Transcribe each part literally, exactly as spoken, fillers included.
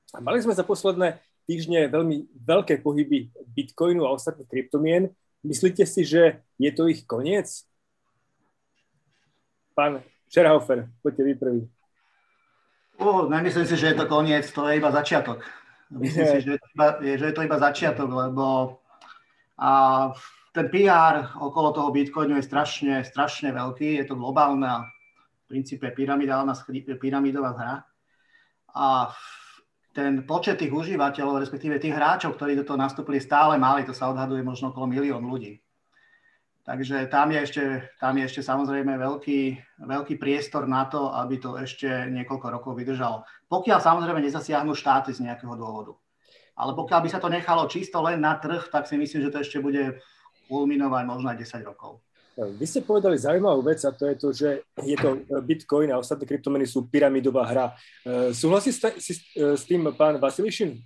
A mali sme za posledné týždne veľmi veľké pohyby Bitcoinu a ostatných kryptomien. Myslíte si, že je to ich koniec? Pán Scherhofer, poďte vy prvý. Uh, nemyslím si, že je to koniec, to je iba začiatok. Myslím si, že je, to iba, že je to iba začiatok, lebo a ten pé er okolo toho Bitcoinu je strašne, strašne veľký. Je to globálna, v princípe pyramidálna, pyramidová hra. A ten počet tých užívateľov, respektíve tých hráčov, ktorí do toho nastúpili, stále mali. To sa odhaduje možno okolo milión ľudí. Takže tam je ešte, tam je ešte samozrejme veľký, veľký priestor na to, aby to ešte niekoľko rokov vydržalo. Pokiaľ samozrejme nezasiahnu štáty z nejakého dôvodu. Ale pokiaľ by sa to nechalo čisto len na trh, tak si myslím, že to ešte bude kulminovať možno aj desať rokov. Vy ste povedali zaujímavú vec a to je to, že je to Bitcoin a ostatné kryptomeny sú pyramidová hra. Súhlasí s tým pán Vasilišin?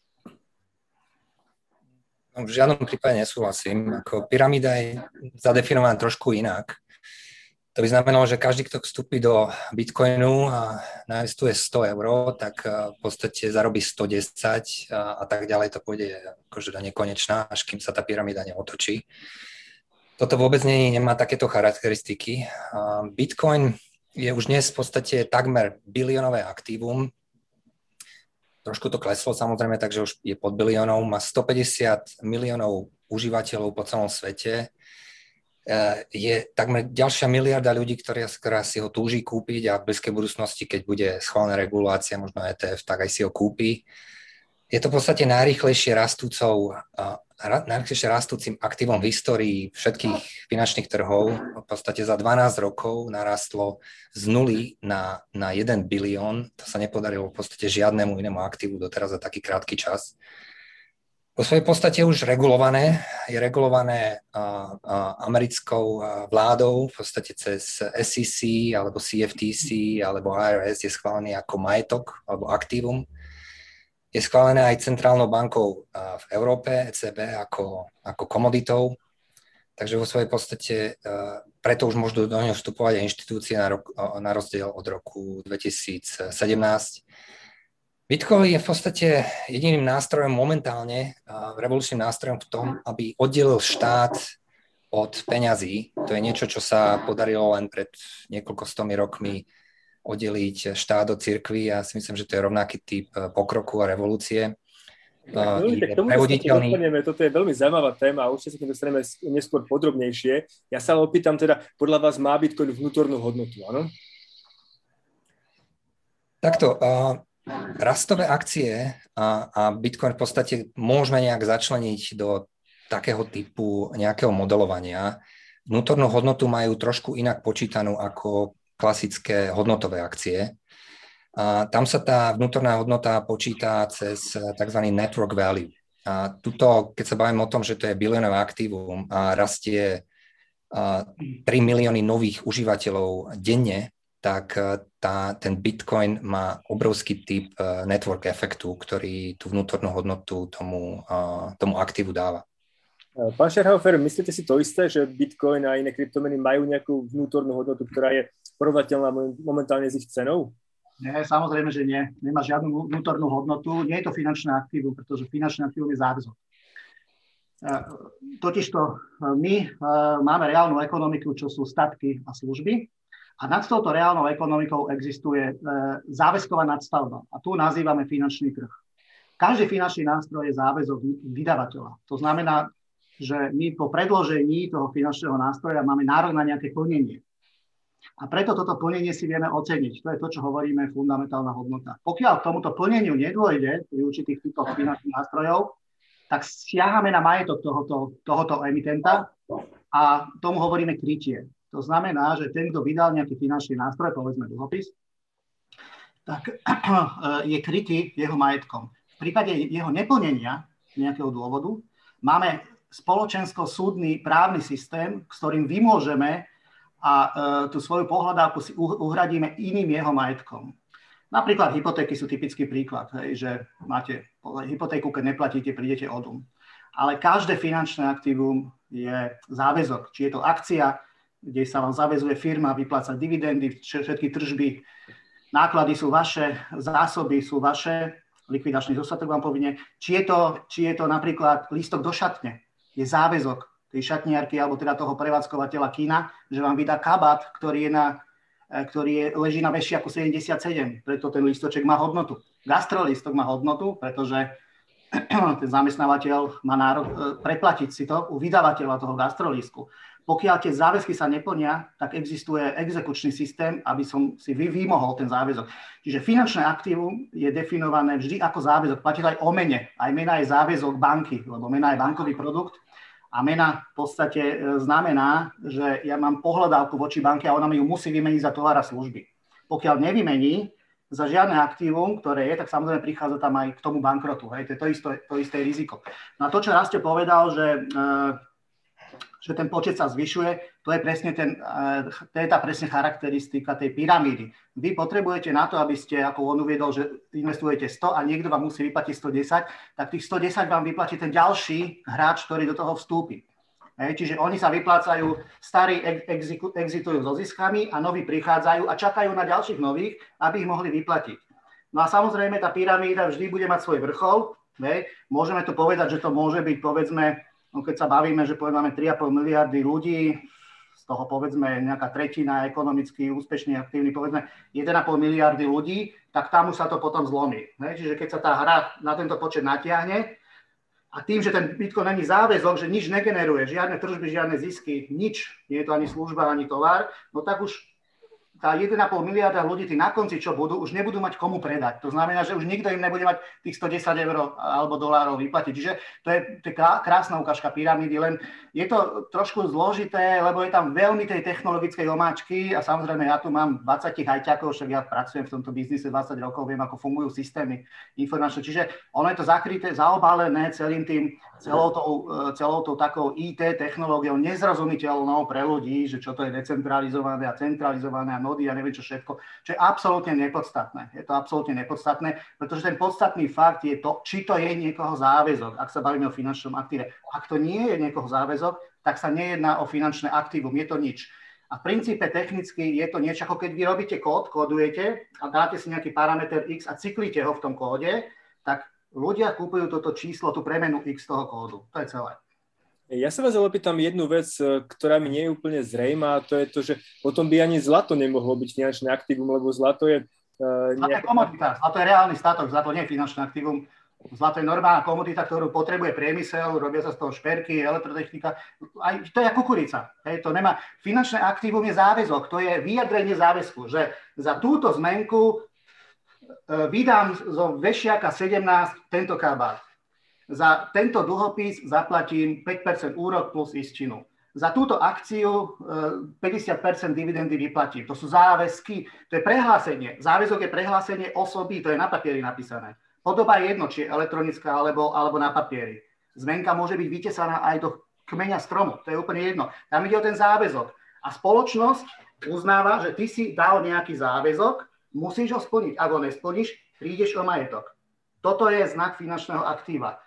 V žiadnom prípade nesúhlasím. Ako pyramída je zadefinovaná trošku inak. To by znamenalo, že každý, kto vstúpi do Bitcoinu a nainvestuje sto eur, tak v podstate zarobí sto desať a, a tak ďalej. To pôjde akože do nekonečná, až kým sa tá pyramída neotočí. Toto vôbec nie, nemá takéto charakteristiky. Bitcoin je už dnes v podstate takmer biliónové aktívum. Trošku to kleslo samozrejme, takže už je pod biliónom. Má stopäťdesiat miliónov užívateľov po celom svete. Je takmer ďalšia miliarda ľudí, ktorá, ktorá si ho túži kúpiť a v blízkej budúcnosti, keď bude schválená regulácia, možno é té ef, tak aj si ho kúpi. Je to v podstate najrýchlejšie rastúcou, najrýchlejšie rastúcim aktívom v histórii všetkých finančných trhov. V podstate za dvanásť rokov narastlo z nuly na, na jeden bilión. To sa nepodarilo v podstate žiadnemu inému aktívu doteraz za taký krátky čas. Po svojej podstate je už regulované. Je regulované a, a americkou vládou, v podstate cez es í cé alebo cé ef té cé alebo í er es je schválený ako majetok alebo aktívum. Je schválené aj centrálnou bankou v Európe, é cé bé, ako, ako komoditou. Takže vo svojej podstate preto už môžu do neho vstupovať aj inštitúcie na, rok, na rozdiel od roku dvetisícsedemnásť. Bitcoin je v podstate jediným nástrojom momentálne, revolučným nástrojom v tom, aby oddelil štát od peňazí. To je niečo, čo sa podarilo len pred niekoľko stomi rokmi oddeliť štát od cirkvi. Ja si myslím, že to je rovnaký typ pokroku a revolúcie. No, tak tomu prevoditeľný... dostaneme, toto je veľmi zaujímavá téma a určite sa tým dostaneme neskôr podrobnejšie. Ja sa opýtam teda, podľa vás má Bitcoin vnútornú hodnotu, áno? Takto, uh, rastové akcie a, a Bitcoin v podstate môžeme nejak začleniť do takého typu nejakého modelovania. Vnútornú hodnotu majú trošku inak počítanú ako klasické hodnotové akcie. A tam sa tá vnútorná hodnota počíta cez tzv. Network value. A tuto, keď sa bavím o tom, že to je biliónové aktívum a rastie tri milióny nových užívateľov denne, tak tá, ten Bitcoin má obrovský typ network efektu, ktorý tú vnútornú hodnotu tomu, tomu aktívu dáva. Pán Scherhofer, myslíte si to isté, že Bitcoin a iné kryptomeny majú nejakú vnútornú hodnotu, ktorá je porovnateľná momentálne s ich cenou? Nie, samozrejme, že nie. Nemá žiadnu vnútornú hodnotu. Nie je to finančné aktívum, pretože finančné aktívum je záväzok. Totižto my máme reálnu ekonomiku, čo sú statky a služby. A nad touto reálnou ekonomikou existuje záväzková nadstavba. A tu nazývame finančný trh. Každý finančný nástroj je záväzok vydavateľa. To znamená, že my po predložení toho finančného nástroja máme nárok na nejaké plnenie. A preto toto plnenie si vieme oceniť. To je to, čo hovoríme fundamentálna hodnota. Pokiaľ k tomuto plneniu nedôjde pri určitých typoch finančných nástrojov, tak siahame na majetok tohoto, tohoto emitenta a tomu hovoríme krytie. To znamená, že ten, kto vydal nejaký finančný nástroj, povedzme dlhopis, tak je krytý jeho majetkom. V prípade jeho neplnenia nejakého dôvodu máme spoločensko-súdny právny systém, s ktorým vymôžeme a e, tú svoju pohľadávku si uhradíme iným jeho majetkom. Napríklad hypotéky sú typický príklad, hej, že máte hypotéku, keď neplatíte, prídete o dom. Ale každé finančné aktívum je záväzok. Či je to akcia, kde sa vám zaväzuje firma vyplácať dividendy, všetky tržby, náklady sú vaše, zásoby sú vaše likvidačný zostatok vám povinie, či je, to, či je to napríklad lístok do šatne, je záväzok tej šatniarky alebo teda toho prevádzkovateľa kína, že vám vydá kabát, ktorý je na ktorý je, leží na vešiaku sedemdesiatsedem, preto ten lístoček má hodnotu. Gastrolístok má hodnotu, pretože ten zamestnávateľ má nárok preplatiť si to u vydavateľa toho gastrolístku. Pokiaľ tie záväzky sa neplnia, tak existuje exekučný systém, aby som si vy, vymohol ten záväzok. Čiže finančné aktívum je definované vždy ako záväzok. Platí to aj o mene. Aj mena je záväzok banky, lebo mena je bankový produkt. A mena v podstate znamená, že ja mám pohľadávku voči banke a ona mi ju musí vymeniť za tovar a služby. Pokiaľ nevymení za žiadne aktívum, ktoré je, tak samozrejme prichádza tam aj k tomu bankrotu. Hej, to je to isté, to isté riziko. No a to, čo Rastio povedal, že, že ten počet sa zvyšuje, to je presne ten, to je tá presne charakteristika tej pyramídy. Vy potrebujete na to, aby ste, ako on uviedol, že investujete sto a niekto vám musí vyplatiť sto desať, tak tých sto desať vám vyplatí ten ďalší hráč, ktorý do toho vstúpi. Hej, čiže oni sa vyplácajú, starí exitujú so ziskami a noví prichádzajú a čakajú na ďalších nových, aby ich mohli vyplatiť. No a samozrejme tá pyramída vždy bude mať svoj vrchol. Hej. Môžeme to povedať, že to môže byť, povedzme, no keď sa bavíme, že máme tri a pol miliardy ľudí, z toho povedzme nejaká tretina ekonomicky úspešne aktívny, povedzme jeden a pol miliardy ľudí, tak tam už sa to potom zlomí. Hej. Čiže keď sa tá hra na tento počet natiahne, a tým, že ten Bitcoin není záväzok, že nič negeneruje, žiadne tržby, žiadne zisky, nič, nie je to ani služba, ani tovar, no tak už tá jeden a pol miliarda ľudí, tí na konci, čo budú, už nebudú mať komu predať. To znamená, že už nikto im nebude mať tých sto desať eur alebo dolárov vyplatiť. Čiže to je, to je krásna ukážka pyramídy, len je to trošku zložité, lebo je tam veľmi tej technologickej omáčky a samozrejme ja tu mám dvadsať hajťakov, však ja pracujem v tomto biznise dvadsať rokov, viem, ako fungujú systémy informačné. Čiže ono je to zakryté, zaobalené celým tým, celou tou, celou tou takou í té technológiou nezrozumiteľnou pre ľudí, že čo to je decentralizované a centralizované a nody a neviem čo všetko, čo je absolútne nepodstatné. Je to absolútne nepodstatné, pretože ten podstatný fakt je to, či to je niekoho záväzok, ak sa bavíme o finančnom aktíve. Ak to nie je niekoho záväzok, tak sa nejedná o finančné aktívum, je to nič. A v princípe technicky je to niečo, ako keď vy robíte kód, kódujete a dáte si nejaký parameter X a cyklíte ho v tom kóde, tak ľudia kúpujú toto číslo, tú premenu X toho kódu. To je celé. Ja sa vás opýtam jednu vec, ktorá mi nie je úplne zrejmá, a to je to, že potom by ani zlato nemohlo byť finančné aktívum, lebo zlato je... Uh, zlato je komodita, zlato je reálny statok, zlato nie je finančné aktívum. Zlato je normálna komodita, ktorú potrebuje priemysel, robia sa z toho šperky, elektrotechnika. Aj to je kukurica. Hej, to nemá... Finančné aktívum je záväzok, to je vyjadrenie záväzku, že za túto zmenku vydám zo vešiaka sedemnásť tento kabát. Za tento dlhopis zaplatím päť percent úrok plus istinu. Za túto akciu päťdesiat percent dividendy vyplatím. To sú záväzky, to je prehlásenie. Záväzok je prehlásenie osoby, to je na papieri napísané. Podoba je jedno, či je elektronická alebo, alebo na papieri. Zmenka môže byť vytesaná aj do kmeňa stromu, to je úplne jedno. Tam ide o ten záväzok. A spoločnosť uznáva, že ty si dal nejaký záväzok, musíš ho splniť. Ak ho nesplníš, prídeš o majetok. Toto je znak finančného aktíva.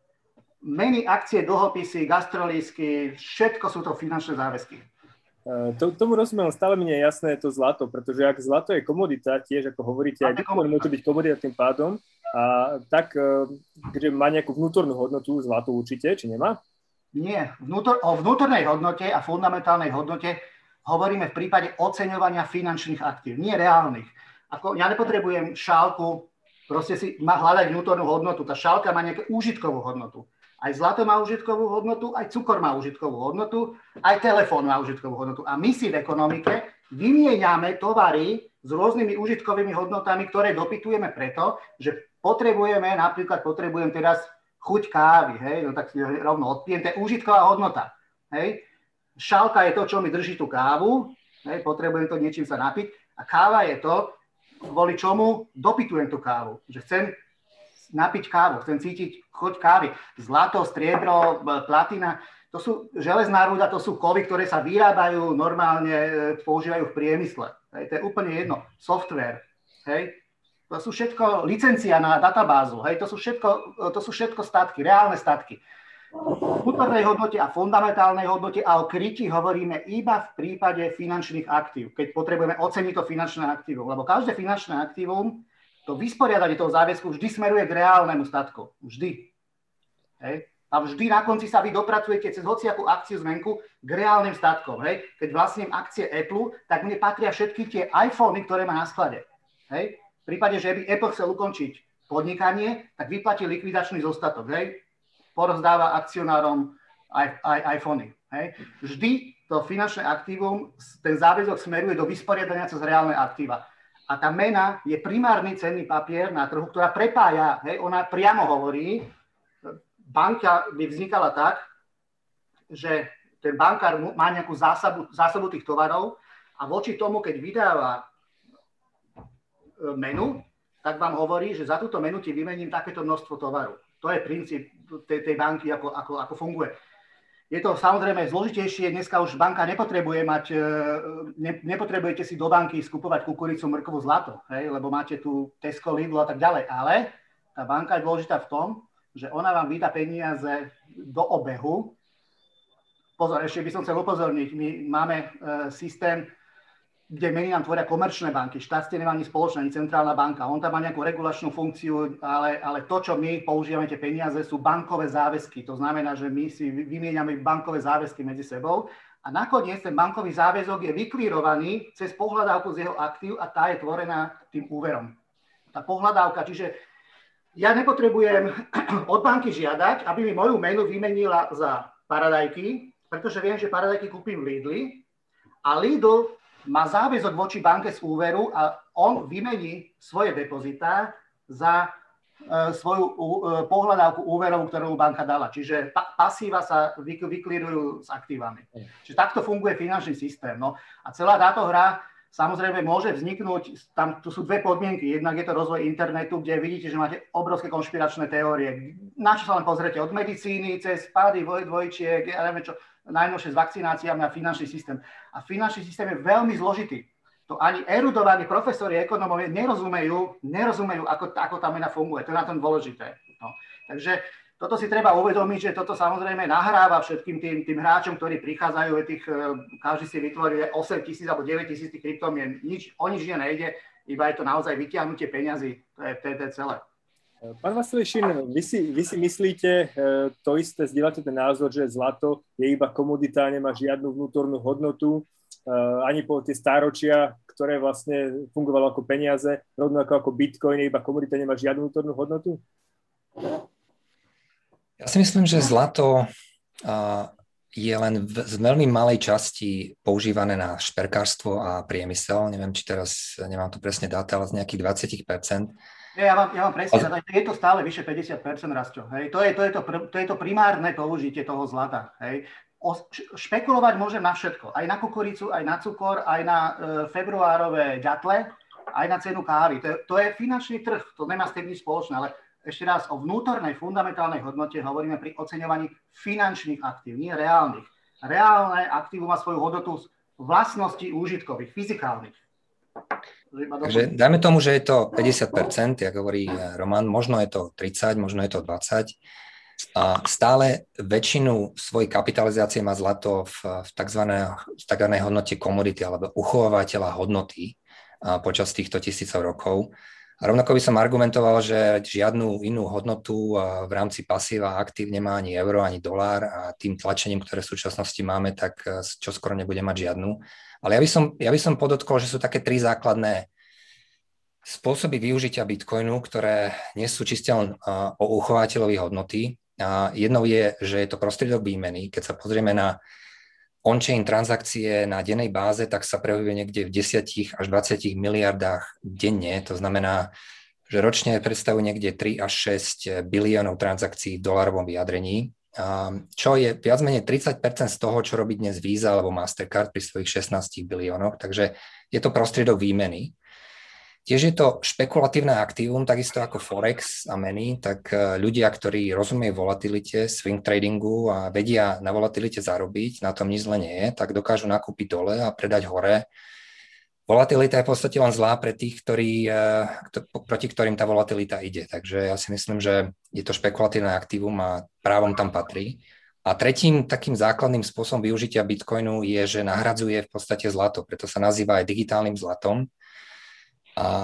Meny, akcie, dlhopisy, gastrolísky, všetko sú to finančné záväzky. To, tomu rozumiem, stále mi nie je jasné to zlato, pretože ak zlato je komodita, tiež ako hovoríte, aj Bitcoin môže byť komodita tým pádom, a tak, že má nejakú vnútornú hodnotu, zlato určite, či nemá? Nie. Vnútor, o vnútornej hodnote a fundamentálnej hodnote hovoríme v prípade oceňovania finančných aktív, nie reálnych. Ako, ja nepotrebujem šálku, proste si má hľadať vnútornú hodnotu. Tá šálka má nejakú úžitkovú hodnotu. Aj zlato má užitkovú hodnotu, aj cukor má užitkovú hodnotu, aj telefón má užitkovú hodnotu. A my si v ekonomike vymieňame tovary s rôznymi užitkovými hodnotami, ktoré dopytujeme preto, že potrebujeme, napríklad potrebujem teraz chuť kávy, hej, no tak rovno odpijem, to je užitková hodnota. Hej. Šálka je to, čo mi drží tú kávu, hej, potrebujem to niečím sa napiť, a káva je to, kvôli čomu dopytujem tú kávu, že chcem napiť kávu, chcem cítiť chuť kávy. Zlato, striebro, platina, to sú železná rúda, to sú kovy, ktoré sa vyrábajú, normálne používajú v priemysle. Hej, to je úplne jedno. Software, hej, to sú všetko licencia na databázu, hej, to sú všetko, to sú všetko statky, reálne statky. O vnútornej hodnote a fundamentálnej hodnote a o kryti hovoríme iba v prípade finančných aktív, keď potrebujeme oceniť to finančné aktívum, lebo každé finančné aktívum to vysporiadanie toho záväzku vždy smeruje k reálnemu statku. Vždy. Hej. A vždy na konci sa vy dopracujete cez hociakú akciu zmenku k reálnym statkom. Hej. Keď vlastním akcie Apple, tak mne patria všetky tie iPhony, ktoré má na sklade. Hej. V prípade, že by Apple chcel ukončiť podnikanie, tak vyplatí likvidačný zostatok. Hej. Porozdáva akcionárom aj, aj iPhony. Hej. Vždy to finančné aktívum, ten záväzok smeruje do vysporiadania cez reálne aktíva. A tá mena je primárny cenný papier na trhu, ktorá prepája, hej, ona priamo hovorí, banka by vznikala tak, že ten bankár má nejakú zásobu, zásobu tých tovarov a voči tomu, keď vydáva menu, tak vám hovorí, že za túto menu ti vymením takéto množstvo tovaru. To je princíp tej, tej banky, ako, ako, ako funguje. Je to samozrejme zložitejšie, dneska už banka nepotrebuje mať, ne, nepotrebujete si do banky skupovať kukuricu, mrkvu, zlato, hej, lebo máte tu Tesco, Lidl a tak ďalej, ale tá banka je dôležitá v tom, že ona vám vydá peniaze do obehu. Pozor, ešte by som chcel upozorniť, my máme e, systém, kde meny nám tvoria komerčné banky. Štát s tým nemá ani spoločná, ani centrálna banka. On tam má nejakú regulačnú funkciu, ale, ale to, čo my používame, tie peniaze, sú bankové záväzky. To znamená, že my si vymieňame bankové záväzky medzi sebou a nakoniec ten bankový záväzok je vyklírovaný cez pohľadávku z jeho aktív a tá je tvorená tým úverom. Tá pohľadávka, čiže ja nepotrebujem od banky žiadať, aby mi moju menu vymenila za paradajky, pretože viem, že paradajky kúpim v Lidli a Lidl má záväzok voči banke z úveru a on vymení svoje depozitá za e, svoju e, pohľadávku úverov, ktorú banka dala. Čiže pa, pasíva sa vy, vyklírujú s aktívami. Čiže takto funguje finančný systém. No. A celá táto hra samozrejme môže vzniknúť, tam tu sú dve podmienky. Jednak je to rozvoj internetu, kde vidíte, že máte obrovské konšpiračné teórie. Na čo sa len pozrite? Od medicíny cez pády dvoj, dvojčiek, ja neviem čo, najnovšie s vakcináciami a finančný systém. A finančný systém je veľmi zložitý. To ani erudovaní profesori ekonomové nerozumejú, nerozumejú, ako, ako tá mena funguje. To je na tom dôležité. No. Takže toto si treba uvedomiť, že toto samozrejme nahráva všetkým tým, tým hráčom, ktorí prichádzajú, tých, každý si vytvorí osem tisíc alebo deväť tisíc tých kryptomien. Nič, o nič nejde, iba je to naozaj vytiahnutie peňazí. To je, to je, to je celé. Pán Vasilíšin, vy si, vy si myslíte to isté, zdieľate ten názor, že zlato je iba komodita, nemá žiadnu vnútornú hodnotu, ani po tie stáročia, ktoré vlastne fungovalo ako peniaze, rovnako ako Bitcoin, je iba komodita, nemá žiadnu vnútornú hodnotu? Ja si myslím, že zlato je len v, z veľmi malej časti používané na šperkárstvo a priemysel. Neviem, či teraz, nemám tu presne dáta, ale z nejakých dvadsať percent. Ja, ja, vám, ja vám presne, ale... je to stále vyše päťdesiat percent, Rasťo. Hej. To, je, to, je to, to je to primárne použitie toho zlata. Hej. O, špekulovať môžem na všetko. Aj na kukuricu, aj na cukor, aj na e, februárové ďatle, aj na cenu kávy. To je, to je finančný trh, to nemá s tým nič spoločné, ale ešte raz, o vnútornej fundamentálnej hodnote hovoríme pri oceňovaní finančných aktív, nie reálnych. Reálne aktívum má svoju hodnotu vlastností úžitkových, fyzikálnych. Takže dajme tomu, že je to päťdesiat percent, jak hovorí Roman, možno je to tridsať, možno je to dvadsať. A stále väčšinu svojej kapitalizácie má zlato v, v tzv. Hodnote komodity alebo uchovávateľa hodnoty a, počas týchto tisícov rokov. A rovnako by som argumentoval, že žiadnu inú hodnotu v rámci pasíva aktív nemá ani euro, ani dolár a tým tlačením, ktoré v súčasnosti máme, tak čoskoro nebude mať žiadnu. Ale ja by som, ja by som podotkol, že sú také tri základné spôsoby využitia Bitcoinu, ktoré nie sú čiste len o uchovateľovi hodnoty. A jednou je, že je to prostriedok výmeny. Keď sa pozrieme na on-chain transakcie na dennej báze, tak sa prehybuje niekde v desať až dvadsať miliardách denne. To znamená, že ročne predstavujú niekde tri až šesť biliónov transakcií v dolárovom vyjadrení, čo je viac menej tridsať percent z toho, čo robí dnes Visa alebo Mastercard pri svojich šestnástich biliónoch. Takže je to prostriedok výmeny. Tiež je to špekulatívne aktívum, takisto ako Forex a meny, tak ľudia, ktorí rozumejú volatilite, swing tradingu a vedia na volatilite zarobiť, na tom nič zle nie je, tak dokážu nakúpiť dole a predať hore. Volatilita je v podstate len zlá pre tých, ktorí, proti ktorým tá volatilita ide. Takže ja si myslím, že je to špekulatívne aktívum a právom tam patrí. A tretím takým základným spôsobom využitia Bitcoinu je, že nahradzuje v podstate zlato, preto sa nazýva aj digitálnym zlatom. A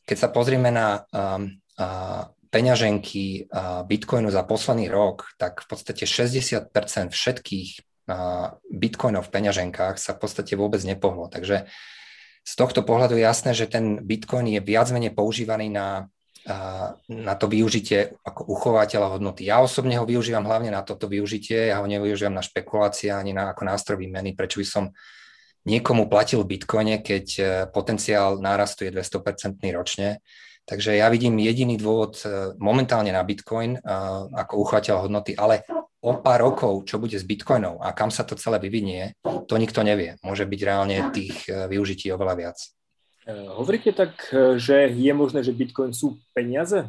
keď sa pozrieme na um, uh, peňaženky uh, Bitcoinu za posledný rok, tak v podstate šesťdesiat percent všetkých uh, Bitcoinov v peňaženkách sa v podstate vôbec nepohlo. Takže z tohto pohľadu je jasné, že ten Bitcoin je viac menej používaný na, uh, na to využitie ako uchovateľa hodnoty. Ja osobne ho využívam hlavne na toto využitie, ja ho nevyužívam na špekulácie ani na, ako nástroj výmeny, prečo by som niekomu platil v Bitcoine, keď potenciál nárastu je dvesto percent ročne. Takže ja vidím jediný dôvod momentálne na Bitcoin ako uchovateľ hodnoty, ale o pár rokov, čo bude s Bitcoinom a kam sa to celé vyvinie, to nikto nevie. Môže byť reálne tých využití oveľa viac. Hovoríte tak, že je možné, že Bitcoin sú peniaze?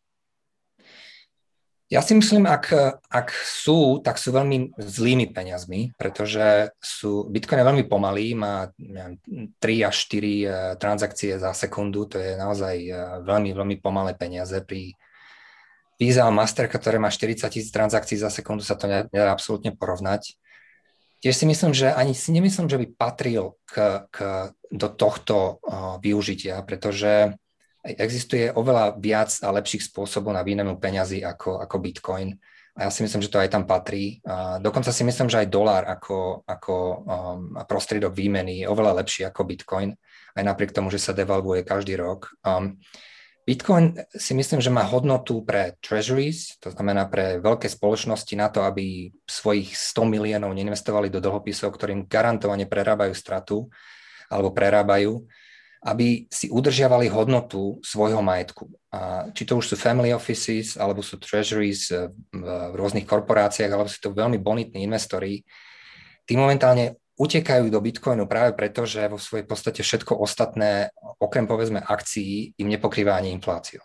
Ja si myslím, ak, ak sú, tak sú veľmi zlými peniazmi, pretože sú, Bitcoin je veľmi pomalý, má neviem, tri až štyri transakcie za sekundu, to je naozaj veľmi, veľmi pomalé peniaze. Pri Visa a Mastercard, ktoré má štyridsať tisíc transakcií za sekundu, sa to nedá absolútne porovnať. Tiež si myslím, že ani si nemyslím, že by patril k, k, do tohto uh, využitia, pretože existuje oveľa viac a lepších spôsobov na výmenu peňazí ako, ako Bitcoin. A ja si myslím, že to aj tam patrí. A dokonca si myslím, že aj dolár ako, ako um, prostriedok výmeny je oveľa lepší ako Bitcoin, aj napriek tomu, že sa devalvuje každý rok. Um, Bitcoin si myslím, že má hodnotu pre treasuries, to znamená pre veľké spoločnosti na to, aby svojich sto miliónov neinvestovali do dlhopisov, ktorým garantovane prerábajú stratu alebo prerábajú, aby si udržiavali hodnotu svojho majetku. A či to už sú family offices, alebo sú treasuries v rôznych korporáciách, alebo sú to veľmi bonitní investori, tí momentálne utekajú do Bitcoinu práve preto, že vo svojej podstate všetko ostatné, okrem povedzme akcií, im nepokrýva ani infláciu.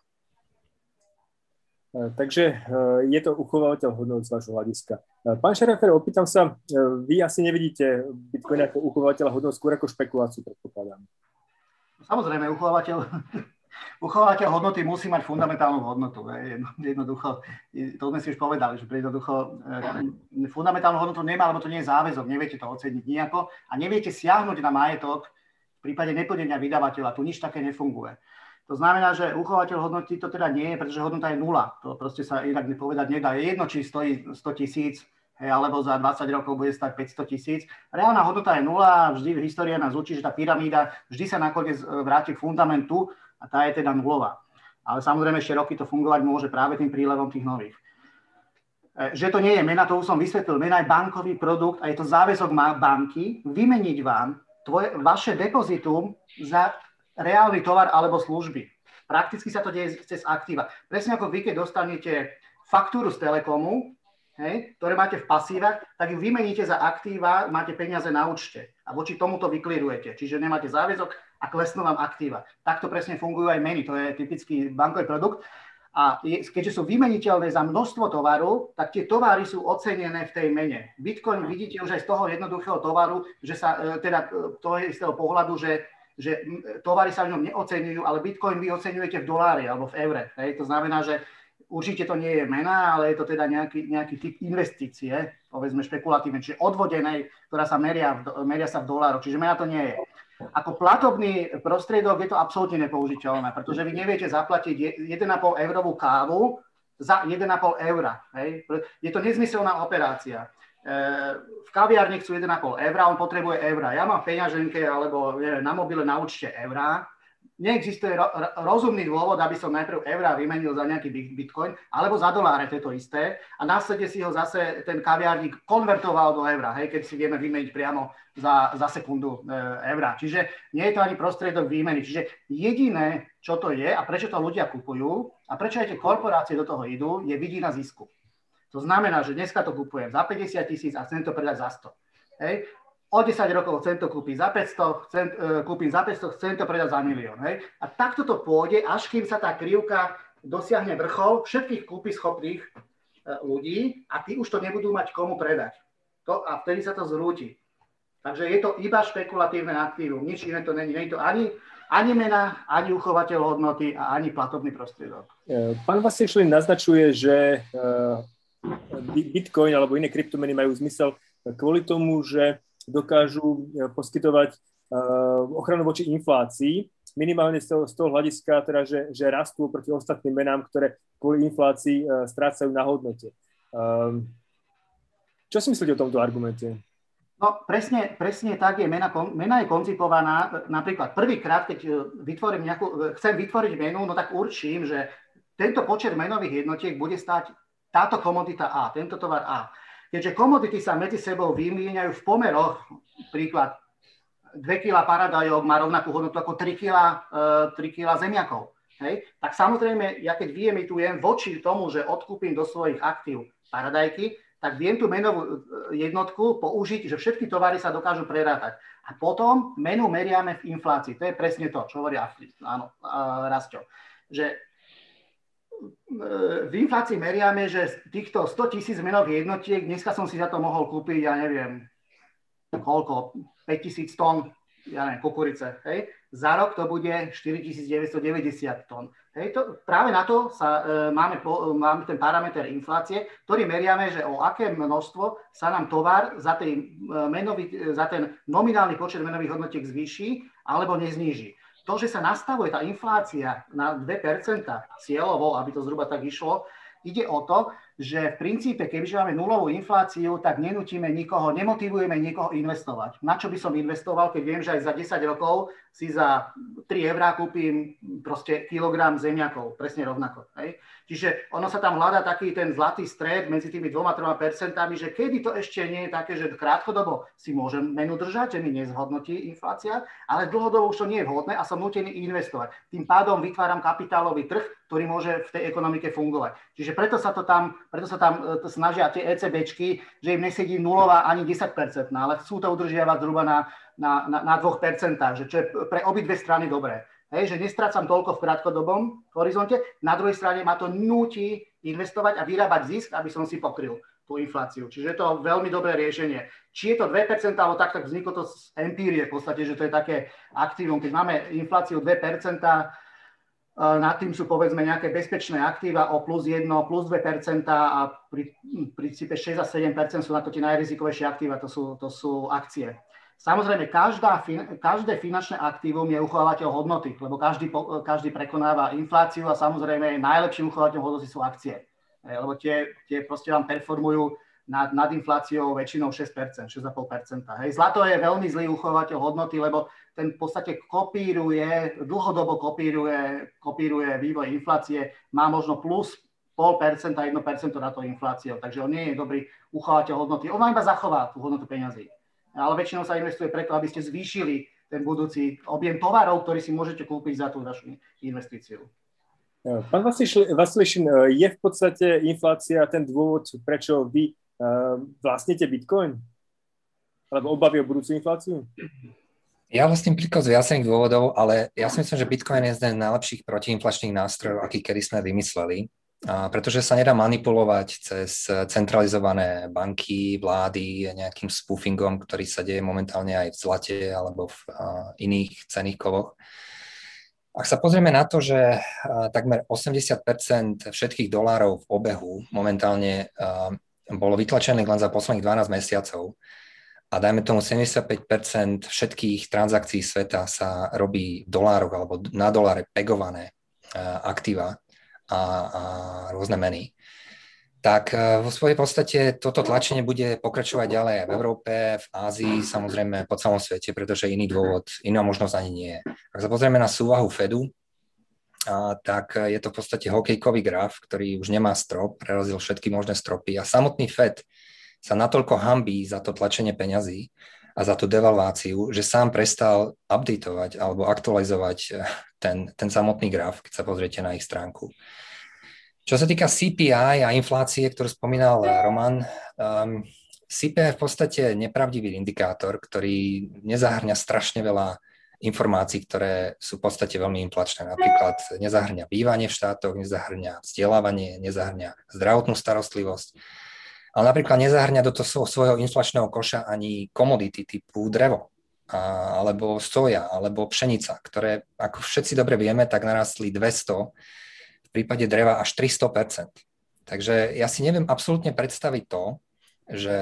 Takže je to uchovateľ hodnot z vášho hľadiska. Pán Šarafer, opýtam sa, vy asi nevidíte Bitcoin ako uchovateľa hodnot, skôr ako špekuláciu, predpokladám. Samozrejme, uchovateľ, uchovateľ hodnoty musí mať fundamentálnu hodnotu. Jednoducho, to sme si už povedali, že jednoducho fundamentálnu hodnotu nemá, lebo to nie je záväzok, neviete to oceniť nejako a neviete siahnuť na majetok v prípade neplnenia vydavateľa. Tu nič také nefunguje. To znamená, že uchovateľ hodnoty to teda nie je, pretože hodnota je nula. To proste sa inak povedať nedá. Je jedno, či stojí sto tisíc, hej, alebo za dvadsať rokov bude stať päťsto tisíc. Reálna hodnota je nula a vždy história nás učí, že tá pyramída vždy sa nakoniec vráti k fundamentu a tá je teda nulová. Ale samozrejme ešte roky to fungovať môže práve tým prílevom tých nových. Že to nie je mena, to už som vysvetlil. Mena je bankový produkt a je to záväzok banky vymeniť vám tvoje, vaše depozitum za reálny tovar alebo služby. Prakticky sa to deje cez aktíva. Presne ako vy, keď dostanete faktúru z Telekomu, hej, ktoré máte v pasívach, tak ju vymeníte za aktíva, máte peniaze na účte a voči tomuto vyklirujete. Čiže nemáte záväzok a klesnú vám aktíva. Takto presne fungujú aj meny, to je typický bankový produkt. A keďže sú vymeniteľné za množstvo tovaru, tak tie tovary sú ocenené v tej mene. Bitcoin vidíte už aj z toho jednoduchého tovaru, že sa, teda to je z toho pohľadu, že, že tovary sa v ňom neoceňujú, ale Bitcoin vy oceňujete v dolári alebo v eure. Hej. To znamená, že určite to nie je mena, ale je to teda nejaký, nejaký typ investície, povedzme špekulatívne, čiže odvodenej, ktorá sa meria, meria sa v dolároch, čiže mena to nie je. Ako platobný prostriedok je to absolútne nepoužiteľné, pretože vy neviete zaplatiť jeden a pol eurovú kávu za jeden a pol eura. Hej? Je to nezmyselná operácia. E, v kaviarni chcú jeden a pol eura, on potrebuje eura. Ja mám v peňaženke alebo neviem, na mobile na účte eura. Neexistuje ro- rozumný dôvod, aby som najprv eurá vymenil za nejaký bitcoin, alebo za doláre, to je to isté, a následne si ho zase ten kaviárnik konvertoval do eurá, hej, keď si vieme vymeniť priamo za, za sekundu e, eurá. Čiže nie je to ani prostriedok výmeny. Čiže jediné, čo to je a prečo to ľudia kupujú a prečo aj tie korporácie do toho idú, je vidina zisku. To znamená, že dneska to kupujem za päťdesiat tisíc a chcem to predať za sto. Hej. O desať rokov chcem to kúpiť za päťsto, chcem, uh, kúpim za päťsto, chcem to predať za milión. Hej? A takto to pôjde, až kým sa tá krivka dosiahne vrchol všetkých kúpy schopných uh, ľudí a tí už to nebudú mať komu predať. To, a vtedy sa to zrúti. Takže je to iba špekulatívne aktívum, nič iné to není. Nie je to ani, ani mena, ani uchovateľ hodnoty a ani platobný prostriedok. Pán Vasilšlin naznačuje, že uh, Bitcoin alebo iné kryptomeny majú zmysel kvôli tomu, že dokážu poskytovať uh, ochranu voči inflácii. minimálne z toho, z toho hľadiska, teda, že, že rastú proti ostatným menám, ktoré kvôli inflácii uh, strácajú na hodnote. Um, čo si myslíte o tomto argumente? No presne, presne tak je. Mena, mena je koncipovaná. Napríklad prvýkrát, keď vytvorím nejakú, chcem vytvoriť menu, no tak určím, že tento počet menových jednotiek bude stáť táto komodita A, tento tovar A. Keďže komodity sa medzi sebou vymieňajú v pomeroch, príklad dva kilá paradajok má rovnakú hodnotu ako tri kilá zemiakov. Hej? Tak samozrejme, ja keď vyemitujem voči tomu, že odkúpim do svojich aktív paradajky, tak viem tú menovú jednotku použiť, že všetky tovary sa dokážu prerátať. A potom menu meriame v inflácii. To je presne to, čo hovorí áno, Rastio. Že v inflácii meriame, že z týchto sto tisíc menových jednotiek, dneska som si za to mohol kúpiť, ja neviem, koľko, päťtisíc tón, ja neviem, kukurice. Hej? Za rok to bude štyritisícdeväťstodeväťdesiat tón. Hej, to, práve na to sa, e, máme, po, máme ten parameter inflácie, ktorý meriame, že o aké množstvo sa nám tovar za, tej, e, menový, za ten nominálny počet menových hodnotiek zvýši alebo nezníži. To, že sa nastavuje tá inflácia na dve percentá cieľovo, aby to zhruba tak išlo, ide o to, že v princípe, kebyže máme nulovú infláciu, tak nenútime nikoho, nemotivujeme nikoho investovať. Na čo by som investoval, keď viem, že aj za desať rokov si za tri eurá kúpim proste kilogram zemiakov, presne rovnako. Hej? Čiže ono sa tam hľadá taký ten zlatý stred medzi tými dvoma, troma percentami, že kedy to ešte nie je také, že krátkodobo si môžem menu držať, že mi nezhodnotí inflácia, ale dlhodobo už to nie je vhodné a som nútený investovať. Tým pádom vytváram kapitálový trh, ktorý môže v tej ekonomike fungovať. Čiže preto sa to tam, preto sa tam to snažia tie ECBčky, že im nesedí nulová ani desať percent, ale chcú to udržiavať zhruba na, na, na, na dva percentá, že čo je pre obidve strany dobré. Hej, že nestrácam toľko v krátkodobom horizonte, na druhej strane ma to núti investovať a vyrábať zisk, aby som si pokryl tú infláciu. Čiže je to veľmi dobré riešenie. Či je to dve percentá, alebo tak, tak vzniklo to z empírie v podstate, že to je také aktívum. Keď máme infláciu dve percentá, nad tým sú povedzme nejaké bezpečné aktíva o plus jedno, plus dve percentá a pri princípe šesť až sedem percent sú na to tie najrizikovejšie aktíva, to sú, to sú akcie. Samozrejme, každá, každé finančné aktívum je uchovávateľ hodnoty, lebo každý, každý prekonáva infláciu a samozrejme najlepším uchovávateľom hodnoty sú akcie. Lebo tie, tie proste vám performujú nad, nad infláciou väčšinou šesť percent, šesť celá päť percenta. Hej. Zlato je veľmi zlý uchovávateľ hodnoty, lebo ten v podstate kopíruje, dlhodobo kopíruje, kopíruje vývoj inflácie, má možno plus pol percenta, jedno percento na to infláciou, takže on nie je dobrý uchovávateľ hodnoty. On iba zachová tú hodnotu peňazí. Ale väčšinou sa investuje preto, aby ste zvýšili ten budúci objem tovarov, ktorý si môžete kúpiť za tú vašu investíciu. Pán Vasilišin, je v podstate inflácia ten dôvod, prečo vy uh, vlastníte Bitcoin? Alebo obavy o budúcu infláciu? Ja vlastním Bitcoin z viacerých dôvodov, ale ja si myslím, že Bitcoin je jeden z najlepších protiinflačných nástrojov, aký kedy sme vymysleli. A pretože sa nedá manipulovať cez centralizované banky, vlády, nejakým spoofingom, ktorý sa deje momentálne aj v zlate alebo v iných cenných kovoch. Ak sa pozrieme na to, že takmer osemdesiat percent všetkých dolárov v obehu momentálne bolo vytlačených len za posledných dvanásť mesiacov a dajme tomu sedemdesiatpäť percent všetkých transakcií sveta sa robí v dolároch alebo na doláre pegované aktíva, A, a rôzne meny, tak vo svojej podstate toto tlačenie bude pokračovať ďalej aj v Európe, v Ázii, samozrejme po celom svete, pretože iný dôvod, iná možnosť ani nie je. Ak sa pozrieme na súvahu Fedu, a, tak je to v podstate hokejkový graf, ktorý už nemá strop, prerazil všetky možné stropy a samotný Fed sa natoľko hanbí za to tlačenie peňazí a za tú devalváciu, že sám prestal updateovať alebo aktualizovať ten, ten samotný graf, keď sa pozriete na ich stránku. Čo sa týka C P I a inflácie, ktorú spomínal Roman, um, C P I je v podstate nepravdivý indikátor, ktorý nezahrňa strašne veľa informácií, ktoré sú v podstate veľmi inflačné. Napríklad nezahrňa bývanie v štátoch, nezahrňa vzdelávanie, nezahrňa zdravotnú starostlivosť, ale napríklad nezahrňa do toho svojho inflačného koša ani komodity typu drevo, a, alebo soja, alebo pšenica, ktoré, ako všetci dobre vieme, tak narastli dvesto, v prípade dreva až tristo percent. Takže ja si neviem absolútne predstaviť to, že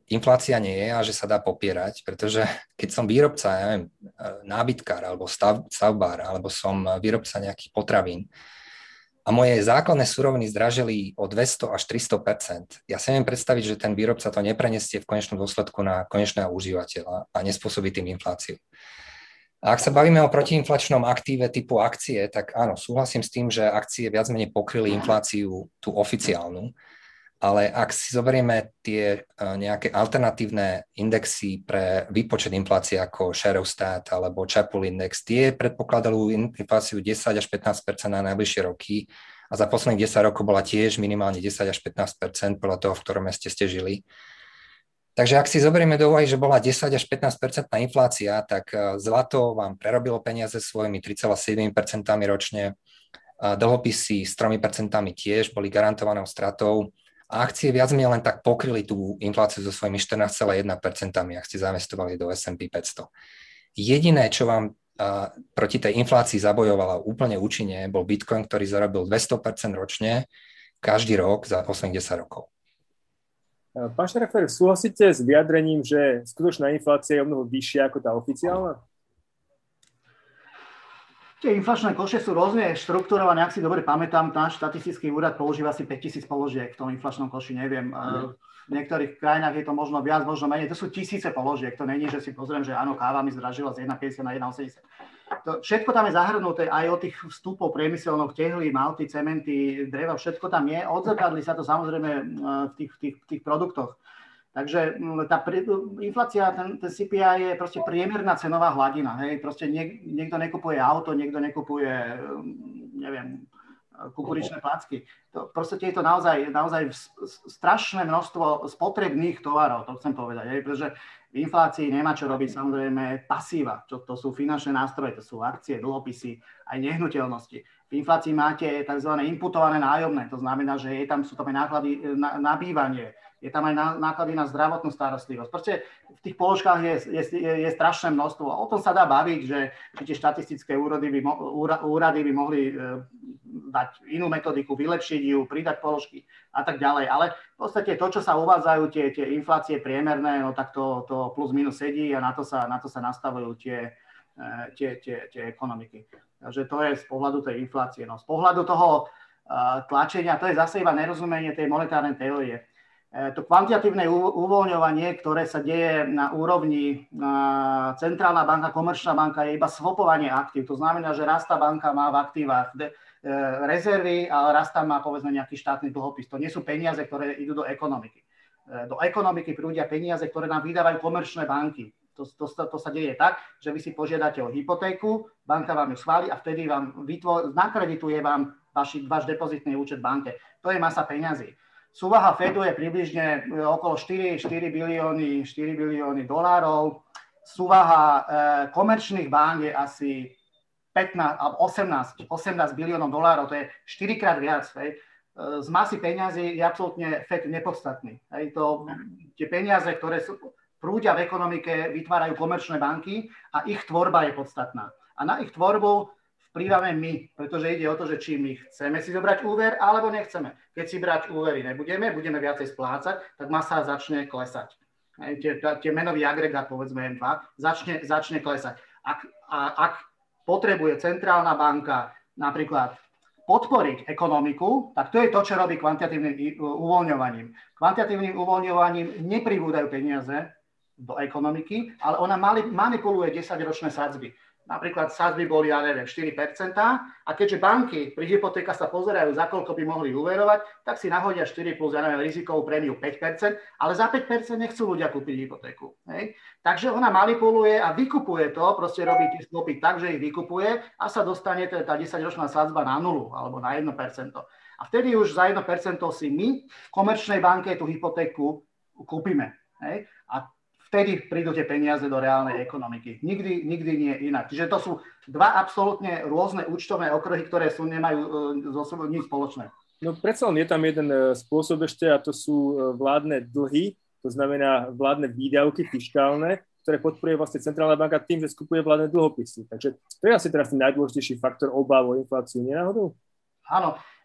inflácia nie je a že sa dá popierať, pretože keď som výrobca, ja neviem, nábytkár alebo stav, stavbár, alebo som výrobca nejakých potravín a moje základné suroviny zdražili o dvesto až tristo percent, ja si neviem predstaviť, že ten výrobca to neprenesie v konečnom dôsledku na konečného užívateľa a nespôsobí tým infláciu. A ak sa bavíme o protiinflačnom aktíve typu akcie, tak áno, súhlasím s tým, že akcie viac menej pokryli infláciu tú oficiálnu, ale ak si zoberieme tie nejaké alternatívne indexy pre výpočet inflácie ako Sherrowstat alebo Chapull Index, tie predpokladajú infláciu desať až pätnásť percent na najbližšie roky a za posledných desať rokov bola tiež minimálne desať až pätnásť percent podľa toho, v ktorom meste ste žili. Takže ak si zoberieme do úvahy, že bola desať až pätnásť percentná inflácia, tak zlato vám prerobilo peniaze svojimi tri celé sedem percent ročne, dlhopisy s tri percentá tiež boli garantovanou stratou a akcie viac menej len tak pokryli tú infláciu so svojimi štrnásť celé jeden percent, ak ste zainvestovali do es and pí päťsto. Jediné, čo vám proti tej inflácii zabojovala úplne účinne, bol Bitcoin, ktorý zarobil dvesto percent ročne každý rok za posledných desať rokov. Pán Štrafer, súhlasíte s vyjadrením, že skutočná inflácia je o mnoho vyššia ako tá oficiálna? Tie inflačné koše sú rôzne štrukturované, ak si dobre pamätám, náš štatistický úrad používa asi päťtisíc položiek v tom inflačnom koši, neviem. V niektorých krajinách je to možno viac, možno menej. To sú tisíce položiek, to není, že si pozriem, že áno, káva mi zdražila z jedna päťdesiat na jedna osemdesiat. To všetko tam je zahrnuté, aj od tých vstupov priemyselných, tehly, malty, cementy, dreva, všetko tam je. Odzrkadlí sa to samozrejme v tých, v tých, v tých produktoch. Takže tá inflácia, ten, ten cé pé í je proste priemerná cenová hladina. Hej? Proste niek, niekto nekupuje auto, niekto nekupuje, neviem, kukuričné placky. To, proste je to naozaj, naozaj strašné množstvo spotrebných tovarov, to chcem povedať. Hej? Pretože v inflácii nemá čo robiť samozrejme pasíva, čo to sú finančné nástroje, to sú akcie, dlhopisy, aj nehnuteľnosti. V inflácii máte tzv. Inputované nájomné, to znamená, že je tam, sú tam aj náklady na, na bývanie, je tam aj náklady na zdravotnú starostlivosť. Proste v tých položkách je, je, je, je strašné množstvo. O tom sa dá baviť, že, že tie štatistické úrady by, úrady by mohli dať inú metodiku, vylepšiť ju, pridať položky a tak ďalej. Ale v podstate to, čo sa uvádzajú, tie, tie inflácie priemerné, no tak to, to plus minus sedí a na to sa, na to sa nastavujú tie, tie, tie, tie ekonomiky. Takže to je z pohľadu tej inflácie. No, z pohľadu toho uh, tlačenia, to je zase iba nerozumenie tej monetárnej teórie. To kvantitatívne uvoľňovanie, ktoré sa deje na úrovni centrálna banka, komerčná banka, je iba swapovanie aktív. To znamená, že raz tá banka má v aktívach rezervy a raz tam má povedzme nejaký štátny dlhopis. To nie sú peniaze, ktoré idú do ekonomiky. Do ekonomiky prúdia peniaze, ktoré nám vydávajú komerčné banky. To, to, to sa deje tak, že vy si požiadate o hypotéku, banka vám ju schváli a vtedy vám vytvo- nakredituje vám vaši, váš depozitný účet banke. To je masa peňazí. Súvaha Fedu je približne okolo štyri, štyri bilióny, štyri bilióny dolárov. Súvaha e, komerčných bank je asi pätnásť, osemnásť, osemnásť biliónov dolárov, to je štyrikrát viac. Hej. Z masy peňazí je absolútne Fed nepodstatný. Hej. To, tie peniaze, ktoré sú, prúdia v ekonomike, vytvárajú komerčné banky a ich tvorba je podstatná. A na ich tvorbu vplývame my, pretože ide o to, že či my chceme si zobrať úver, alebo nechceme. Keď si brať úvery nebudeme, budeme viacej splácať, tak masa začne klesať. Tie, tie menový agregát, povedzme em dva, začne, začne klesať. Ak, a, ak potrebuje centrálna banka napríklad podporiť ekonomiku, tak to je to, čo robí kvantitatívnym uvoľňovaním. Kvantitatívnym uvoľňovaním nepribúdajú peniaze do ekonomiky, ale ona manipuluje desaťročné sadzby. Napríklad sadzby boli, ja neviem, štyri percentá a keďže banky pri hypotéka sa pozerajú, za koľko by mohli uverovať, tak si nahodia štyri plus, ja neviem, rizikovú prémiu päť percent, ale za päť percent nechcú ľudia kúpiť hypotéku. Hej? Takže ona manipuluje a vykupuje to, proste robí tie swapy tak, že ich vykupuje a sa dostane tá desaťročná sadzba na nulu alebo na jedno percento. A vtedy už za jedno percento si my v komerčnej banke tú hypotéku kúpime. Hej? A vtedy prídu tie peniaze do reálnej ekonomiky. Nikdy, nikdy nie inak. Čiže to sú dva absolútne rôzne účtovné okruhy, ktoré sú, nemajú so sebou nič spoločné. No predsa len je tam jeden spôsob ešte a to sú vládne dlhy, to znamená vládne výdavky fiškálne, ktoré podporuje vlastne centrálna banka tým, že skupuje vládne dlhopisy. Takže to je asi teraz ten najdôležitejší faktor obáv o infláciu, nie náhodou? Áno.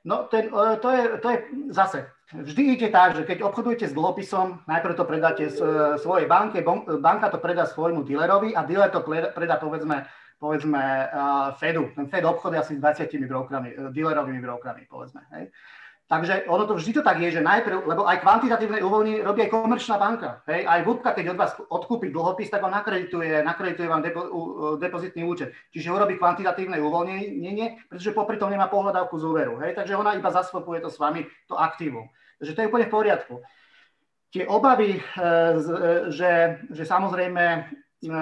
No, ten, to, je, to je zase, vždy ide tak, že keď obchodujete s dlhopisom, najprv to predáte svojej banke, banka to predá svojmu dealerovi a dealer to predá, povedzme, povedzme uh, Fedu. Ten Fed obchoduje asi s dvadsiatimi brokerami, uh, dealerovými brokerami, povedzme. Hej. Takže ono to vždy to tak je, že najprv, lebo aj kvantitatívne uvoľnenie robí aj komerčná banka. Hej. Aj VÚBka, keď od vás odkúpi dlhopis, tak on nakredituje, nakredituje vám depo, uh, depozitný účet. Čiže urobí kvantitatívne uvoľnenie, pretože popri tom nemá pohľadávku z úveru. Hej. Takže ona iba zasvopuje to s vami, to aktívum. Takže to je úplne v poriadku. Tie obavy, že, že samozrejme,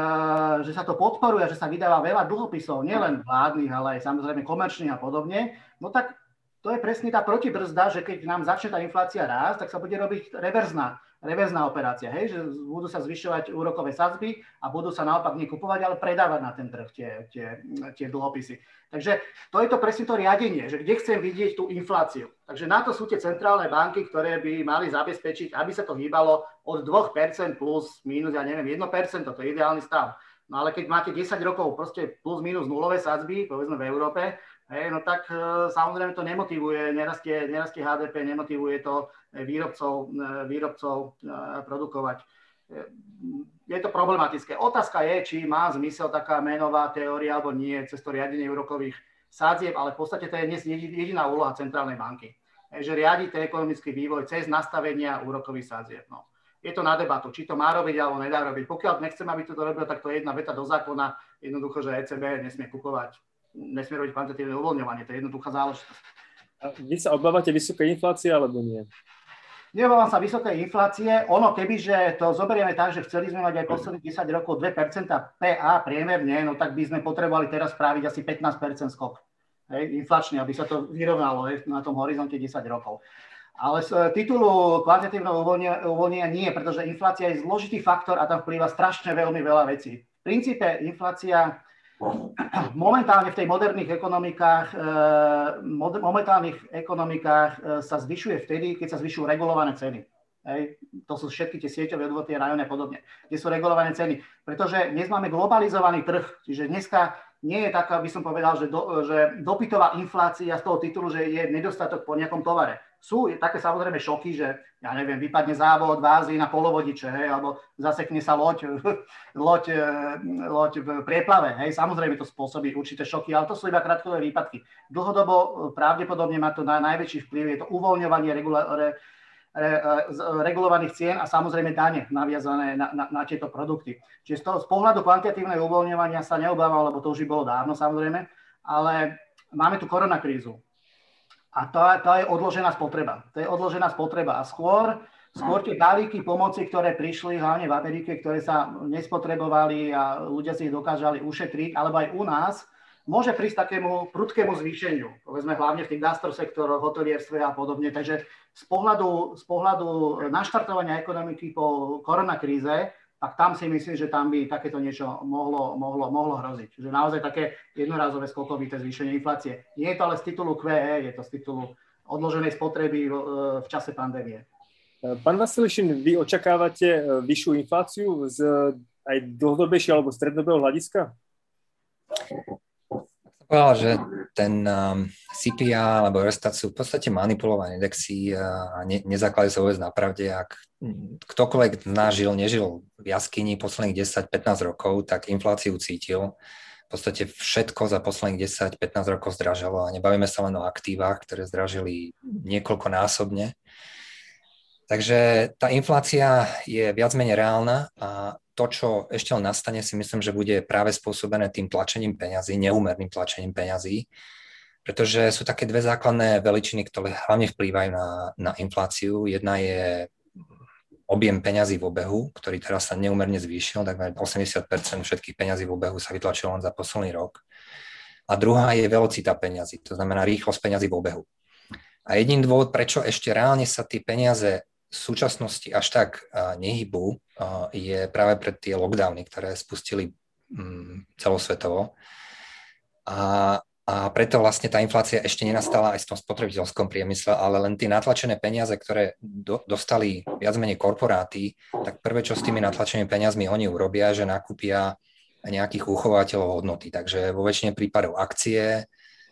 že sa to podporuje, že sa vydáva veľa dlhopisov, nielen vládnych, ale aj samozrejme komerčných a podobne, no tak to je presne tá protibrzda, že keď nám začne tá inflácia rásť, tak sa bude robiť reverzná, reverzná operácia, hej? Že budú sa zvyšovať úrokové sadzby a budú sa naopak nekupovať, ale predávať na ten trh tie, tie, tie dlhopisy. Takže to je to presne to riadenie, že kde chcem vidieť tú infláciu. Takže na to sú tie centrálne banky, ktoré by mali zabezpečiť, aby sa to hýbalo od dva percentá plus minus, ja neviem, jedno percento, to je ideálny stav. No ale keď máte desať rokov proste plus minus nulové sadzby, povedzme v Európe, hej, no tak e, samozrejme to nemotivuje, nerastie, nerastie há dé pé, nemotivuje to výrobcov, e, výrobcov e, produkovať. E, je to problematické. Otázka je, či má zmysel taká menová teória alebo nie cez to riadenie úrokových sadzieb, ale v podstate to je dnes jediná úloha centrálnej banky. E, že riadite ekonomický vývoj cez nastavenia úrokových sadzieb. No. Je to na debatu, či to má robiť alebo nedá robiť. Pokiaľ nechcem, aby to robil, tak to je jedna veta do zákona, jednoducho, že é cé bé nesmie kupovať, nesmie robiť kvantitatívne uvoľňovanie, to je jednoduchá záležitosť. A vy sa obávate vysokej inflácie alebo nie? Neobávam sa vysokej inflácie. Ono, kebyže to zoberieme tak, že chceli sme mať aj posledných desať rokov dve percentá pé á priemerne, no tak by sme potrebovali teraz spraviť asi pätnásť percent skok. Hej, inflačný, aby sa to vyrovnalo hej, na tom horizonte desať rokov. Ale z titulu kvantitatívneho uvoľnenia nie, pretože inflácia je zložitý faktor a tam vplýva strašne veľmi veľa vecí. V princípe inflácia momentálne v tej moderných ekonomikách, momentálnych ekonomikách sa zvyšuje vtedy, keď sa zvyšujú regulované ceny. Hej. To sú všetky tie sieťové odvody, rajony a podobne, kde sú regulované ceny. Pretože dnes máme globalizovaný trh, čiže dneska nie je taká, by som povedal, že, do, že dopytová inflácia z toho titulu, že je nedostatok po nejakom tovare. Sú také samozrejme šoky, že ja neviem, vypadne závod v Ázii na polovodiče, hej, alebo zasekne sa loď, loď, loď v prieplave. Hej. Samozrejme to spôsobí určité šoky, ale to sú iba krátkodobé výpadky. Dlhodobo pravdepodobne má to na najväčší vplyv, je to uvoľňovanie regula- re, re, regulovaných cien a samozrejme dane naviazané na, na, na tieto produkty. Čiže z, toho, z pohľadu kvantitatívneho uvoľňovania sa neobávam, lebo to už by bolo dávno samozrejme, ale máme tu koronakrízu. A to, to je odložená spotreba. To je odložená spotreba. A skôr, skôr tie balíky pomoci, ktoré prišli hlavne v Amerike, ktoré sa nespotrebovali a ľudia si ich dokážali ušetriť, alebo aj u nás, môže prísť takému prudkému zvýšeniu. Povedzme hlavne v tých gastrosektoroch, hotelierstve a podobne. Takže z pohľadu, z pohľadu naštartovania ekonomiky po koronakríze, tak tam si myslím, že tam by takéto niečo mohlo, mohlo, mohlo hroziť. Že naozaj také jednorázové skokovité zvýšenie inflácie. Nie je to ale z titulu kvé é, je to z titulu odloženej spotreby v, v čase pandémie. Pán Vasilišin, vy očakávate vyššiu infláciu z aj dlhodobejšieho alebo strednodobého hľadiska? Povedal, že ten um, cé pé í alebo Eurostat sú v podstate manipulované indexy a ne, nezakladajú sa vôbec na pravde. Ak ktokoľvek nažil, nežil v jaskyni posledných desať pätnásť rokov, tak infláciu cítil. V podstate všetko za posledných desať pätnásť rokov zdražalo a nebavíme sa len o aktívach, ktoré zdražili niekoľkonásobne. Takže tá inflácia je viac menej reálna a to, čo ešte len nastane, si myslím, že bude práve spôsobené tým tlačením peňazí, neúmerným tlačením peňazí, pretože sú také dve základné veličiny, ktoré hlavne vplývajú na, na infláciu. Jedna je objem peňazí v obehu, ktorý teraz sa neúmerne zvýšil, tak osemdesiat percent všetkých peňazí v obehu sa vytlačilo len za posledný rok. A druhá je velocita peňazí, to znamená rýchlosť peňazí v obehu. A jediný dôvod, prečo ešte reálne sa tie peniaze v súčasnosti až tak nehybú, je práve pre tie lockdowny, ktoré spustili celosvetovo. A, a preto vlastne tá inflácia ešte nenastala aj v tom spotrebiteľskom priemysle, ale len tie natlačené peniaze, ktoré do, dostali viac menej korporáty, tak prvé, čo s tými natlačenými peniazmi oni urobia, že nakúpia nejakých uchovateľov hodnoty. Takže vo väčšine prípadov akcie,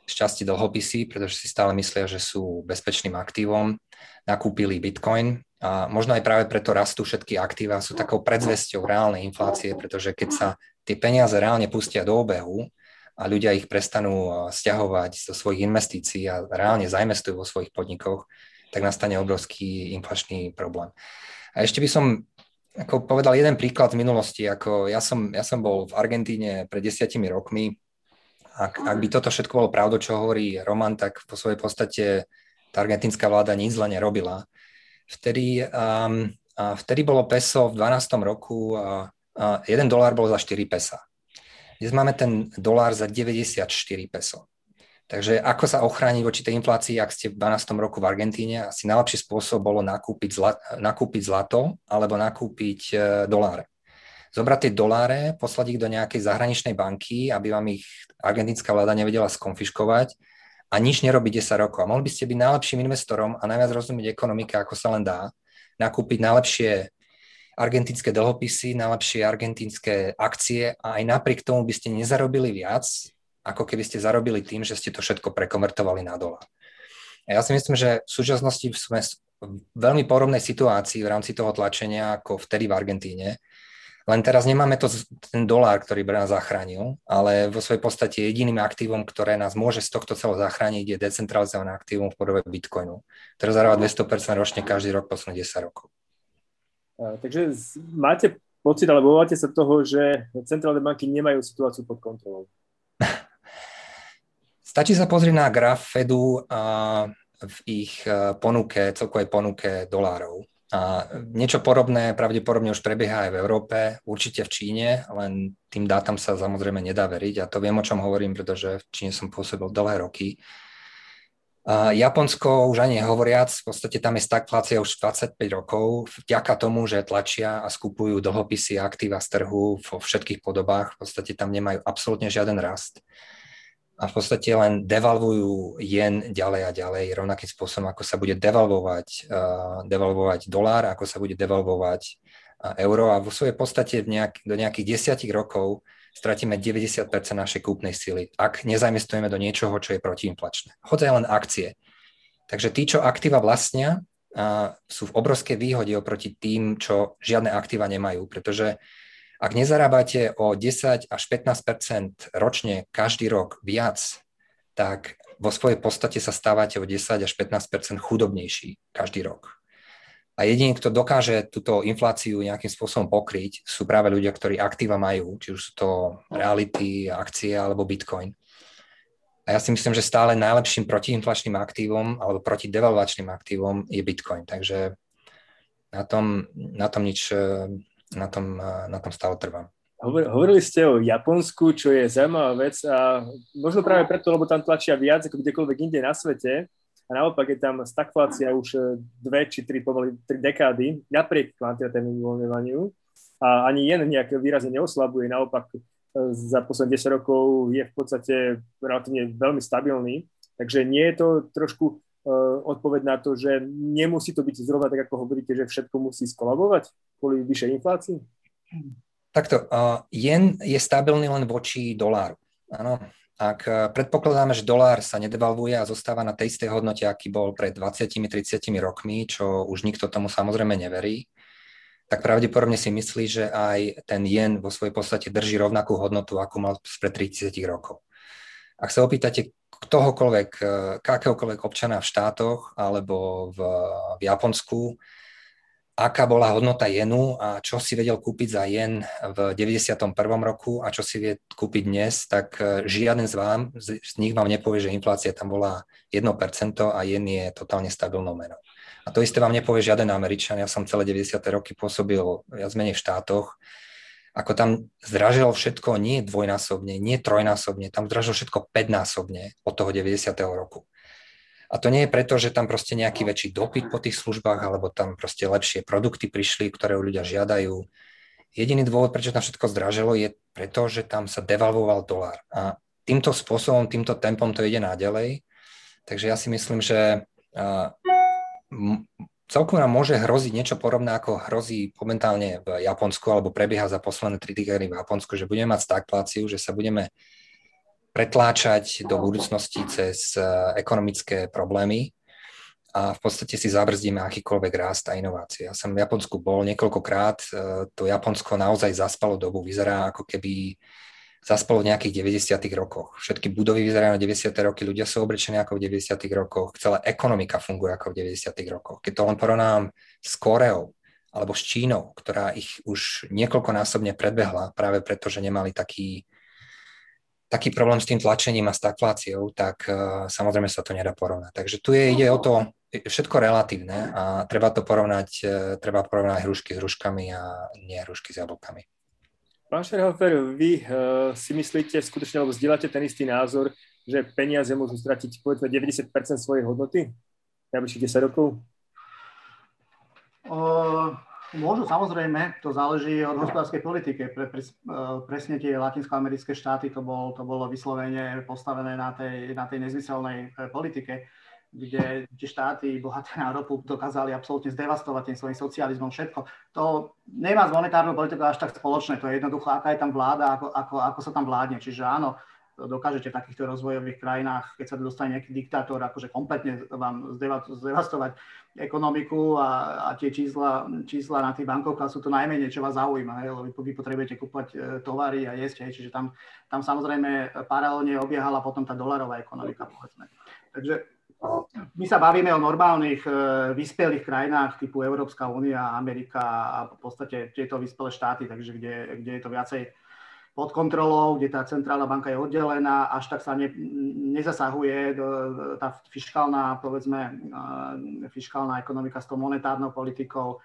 šťastí dlhopisy, pretože si stále myslia, že sú bezpečným aktívom, nakúpili Bitcoin a možno aj práve preto rastú všetky aktíva, sú takou predzvesťou reálnej inflácie, pretože keď sa tie peniaze reálne pustia do obehu a ľudia ich prestanú sťahovať zo svojich investícií a reálne zainvestujú vo svojich podnikoch, tak nastane obrovský inflačný problém. A ešte by som ako povedal jeden príklad z minulosti, ako ja som, ja som bol v Argentíne pred desiatimi rokmi. Ak, ak by toto všetko bolo pravdou, čo hovorí Roman, tak vo svojej podstate tá argentínska vláda nič zle nerobila. Vtedy, um, a vtedy bolo peso v dvanástom roku, a, a jeden dolár bol za štyri pesa. Dnes máme ten dolár za deväťdesiatštyri peso. Takže ako sa ochrániť voči tej inflácii, ak ste v dvanástom roku v Argentíne? Asi najlepší spôsob bolo nakúpiť, zla, nakúpiť zlato alebo nakúpiť e, doláre. Zobrať tie doláre, poslať ich do nejakej zahraničnej banky, aby vám ich argentínska vláda nevedela skonfiškovať a nič nerobiť desať rokov. A mohli by ste byť najlepším investorom a najviac rozumieť ekonomike, ako sa len dá. Nakúpiť najlepšie argentínske dlhopisy, najlepšie argentínske akcie a aj napriek tomu by ste nezarobili viac, ako keby ste zarobili tým, že ste to všetko prekonvertovali na dolár. A ja si myslím, že v súčasnosti sme v veľmi podobnej situácii v rámci toho tlačenia ako vtedy v Argentíne. Len teraz nemáme to, ten dolár, ktorý by nás zachránil, ale vo svojej podstate jediným aktívom, ktoré nás môže z tohto celého zachrániť, je decentralizované aktívum v podobe Bitcoinu, ktoré zarába dvesto percent ročne každý rok posledných desať rokov. A, takže máte pocit, alebo obávate sa toho, že centrálne banky nemajú situáciu pod kontrolou? Stačí sa pozrieť na graf Fedu a v ich ponuke, celkovej ponuke dolárov. A niečo podobné pravdepodobne už prebieha aj v Európe, určite v Číne, len tým dátam sa samozrejme nedá veriť a to viem, o čom hovorím, pretože v Číne som pôsobil dlhé roky. A Japonsko už ani hovoriac, v podstate tam je stagflácia už dvadsaťpäť rokov, vďaka tomu, že tlačia a skupujú dlhopisy a aktíva z trhu vo všetkých podobách, v podstate tam nemajú absolútne žiaden rast. A v podstate len devalvujú jen ďalej a ďalej, rovnakým spôsobom, ako sa bude devalvovať, uh, devalvovať dolár, ako sa bude devalvovať uh, euro. A vo svojej podstate v nejak, do nejakých desiatich rokov stratíme deväťdesiat percent našej kúpnej sily, ak nezainvestujeme do niečoho, čo je protiinflačné. Hoď len akcie. Takže tí, čo aktíva vlastnia, uh, sú v obrovskej výhode oproti tým, čo žiadne aktíva nemajú, pretože ak nezarábate o desať až pätnásť percent ročne každý rok viac, tak vo svojej podstate sa stávate o desať až pätnásť percent chudobnejší každý rok. A jediný, kto dokáže túto infláciu nejakým spôsobom pokryť, sú práve ľudia, ktorí aktíva majú, či už sú to reality, akcie alebo Bitcoin. A ja si myslím, že stále najlepším protiinflačným aktívom alebo protidevalvačným aktívom je Bitcoin. Takže na tom, na tom nič... Na tom, na tom stále trvám. Hovorili ste o Japonsku, čo je zaujímavá vec a možno práve preto, lebo tam tlačia viac ako kdekoľvek inde na svete a naopak je tam stagflácia už dve či tri, pomaly tri dekády napriek kvantitatívnemu uvoľňovaniu a ani jen nejak výrazne neoslabuje, naopak za posledných desať rokov je v podstate relatívne veľmi stabilný, takže nie je to trošku odpoveď na to, že nemusí to byť zrovna tak, ako hovoríte, že všetko musí skolabovať kvôli vyššej inflácii? Takto, uh, jen je stabilný len voči doláru. Áno. Ak uh, predpokladáme, že dolár sa nedevalvuje a zostáva na tej istej hodnote, aký bol pred dvadsiatimi tridsiatimi rokmi, čo už nikto tomu samozrejme neverí, tak pravdepodobne si myslí, že aj ten jen vo svojej podstate drží rovnakú hodnotu, ako mal spred tridsať rokov. Ak sa opýtate ktohokoľvek, akéhokoľvek občana v štátoch alebo v, v Japonsku, aká bola hodnota jenu a čo si vedel kúpiť za jen v deväťdesiatom prvom roku a čo si vie kúpiť dnes, tak žiaden z, vám, z, z nich vám nepovie, že inflácia tam bola jedno percento a jen je totálne stabilnou menou. A to isté vám nepovie žiaden Američan. Ja som celé deväťdesiate roky pôsobil viac menej v štátoch. Ako tam zdražilo všetko nie dvojnásobne, nie trojnásobne, tam zdražilo všetko päťnásobne od toho deväťdesiateho roku. A to nie je preto, že tam proste nejaký väčší dopyt po tých službách, alebo tam proste lepšie produkty prišli, ktoré ľudia žiadajú. Jediný dôvod, prečo tam všetko zdražilo, je preto, že tam sa devalvoval dolár. A týmto spôsobom, týmto tempom to ide naďalej. Takže ja si myslím, že uh, m- celkom nám môže hroziť niečo podobné, ako hrozí momentálne v Japonsku, alebo prebieha za posledné tri dekády v Japonsku, že budeme mať stagfláciu, že sa budeme pretláčať do budúcnosti cez ekonomické problémy a v podstate si zabrzdíme akýkoľvek rast a inovácie. Ja som v Japonsku bol niekoľkokrát, to Japonsko naozaj zaspalo dobu, vyzerá ako keby zaspalo v nejakých deväťdesiatych rokoch. Všetky budovy vyzerajú na deväťdesiate roky, ľudia sú oblečení ako v deväťdesiatych rokoch, celá ekonomika funguje ako v deväťdesiatych rokoch. Keď to len porovnám s Kóreou alebo s Čínou, ktorá ich už niekoľkonásobne predbehla práve preto, že nemali taký taký problém s tým tlačením a stagfláciou, tak uh, samozrejme sa to nedá porovnať. Takže tu je, ide o to všetko relatívne a treba to porovnať, uh, treba porovnať hrušky s hruškami a nie hrušky s jablkami. Pán Scherhofer, vy uh, si myslíte skutočne, alebo zdieľate ten istý názor, že peniaze môžu stratiť povedzme deväťdesiat percent svojej hodnoty v najbližších desať rokov? Uh... Môžu, samozrejme, to záleží od hospodárskej politike. Pre, pre, presne tie latinskoamerické štáty to, bol, to bolo vyslovene postavené na tej, na tej nezmyselnej politike, kde tie štáty bohaté na ropu dokázali absolútne zdevastovať tým svojím socializmom všetko. To nemá s monetárnou politikou až tak spoločné, to je jednoducho, aká je tam vláda, ako, ako, ako sa tam vládne. Čiže áno, dokážete v takýchto rozvojových krajinách, keď sa dostane nejaký diktátor, akože kompletne vám zdevastovať ekonomiku a, a tie čísla, čísla na tých bankovkách sú to najmenej, čo vás zaujíma, hej, lebo vy potrebujete kúpať tovary a jesť, hej, čiže tam, tam samozrejme paralelne obiehala potom tá dolarová ekonomika, povedzme. Takže my sa bavíme o normálnych vyspelých krajinách typu Európska únia, Amerika a v podstate tieto vyspelé štáty, takže kde, kde je to viacej pod kontrolou, kde tá centrálna banka je oddelená, až tak sa ne, nezasahuje do, tá fiškálna, povedzme, fiškálna ekonomika s tou monetárnou politikou.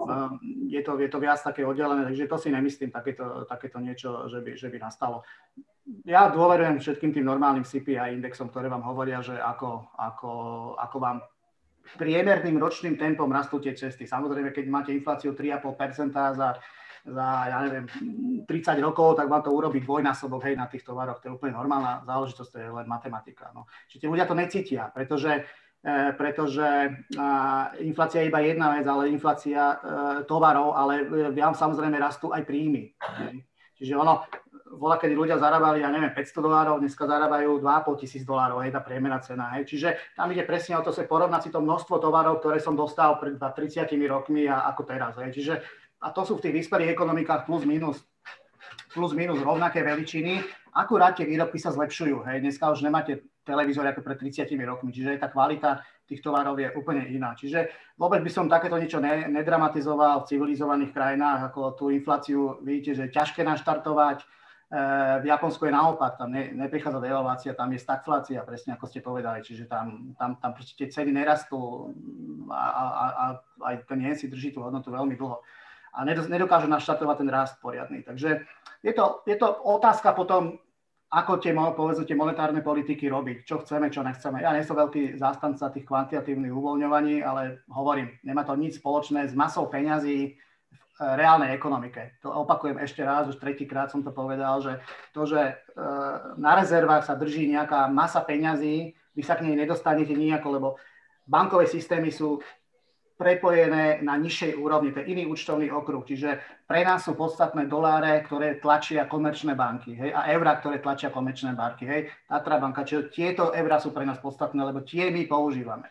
Je to, je to viac také oddelené, takže to si nemyslím, takéto, takéto niečo, že by, že by nastalo. Ja dôverujem všetkým tým normálnym C P I indexom, ktoré vám hovoria, že ako, ako, ako vám priemerným ročným tempom rastú tie cesty. Samozrejme, keď máte infláciu tri celé päť percenta za za, ja neviem, tridsať rokov, tak vám to urobí dvojnásobok, hej, na tých tovaroch. To je úplne normálna záležitosť, to je len matematika. No. Čiže tí ľudia to necítia, pretože, e, pretože e, inflácia je iba jedna vec, ale inflácia e, tovarov, ale vám samozrejme rastú aj príjmy. Hej. Čiže ono, bola, kedy ľudia zarábali, ja neviem, päťsto dolárov, dneska zarábajú dva a pol tisíc dolárov, hej, tá priemerná cena. Hej. Čiže tam ide presne o to, sa porovnať si to množstvo tovarov, ktoré som dostal pred tridsiatimi rokmi a ako teraz. Hej. Čiže a to sú v tých vyspelých ekonomikách plus minus, plus minus rovnaké veličiny. Akurát tie výrobky sa zlepšujú. Hej. Dneska už nemáte televízor ako pred tridsiatimi rokmi, čiže tá kvalita tých tovarov je úplne iná. Čiže vôbec by som takéto niečo ne, nedramatizoval v civilizovaných krajinách, ako tú infláciu, vidíte, že je ťažké naštartovať. E, v Japonsku je naopak, tam ne, neprichádza devalvácia, tam je stagflácia, presne ako ste povedali. Čiže tam, tam, tam proste tie ceny nerastú a, a, a, a aj ten jen si drží tú hodnotu veľmi dlho. A nedokážu naštartovať ten rast poriadny. Takže je to, je to otázka potom, ako tie, povedzme, tie monetárne politiky robiť, čo chceme, čo nechceme. Ja nie som veľký zástanca tých kvantitatívnych uvoľňovaní, ale hovorím, nemá to nič spoločné s masou peňazí v reálnej ekonomike. To opakujem ešte raz, už tretíkrát som to povedal, že to, že na rezervách sa drží nejaká masa peňazí, vy sa k nej nedostanete nijako, lebo bankové systémy sú prepojené na nižšej úrovni, to je iný účtovný okruh, čiže pre nás sú podstatné doláre, ktoré tlačia komerčné banky, hej, a eurá, ktoré tlačia komerčné banky, hej, Tatra banka, čiže tieto eurá sú pre nás podstatné, lebo tie my používame.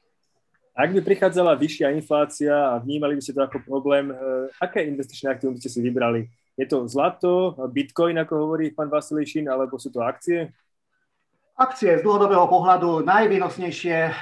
Ak by prichádzala vyššia inflácia a vnímali by ste to ako problém, aké investičné aktívom by ste si vybrali? Je to zlato, bitcoin, ako hovorí pán Vasilíšin, alebo sú to akcie? Akcie z dlhodobého pohľadu najvýnosnejšie,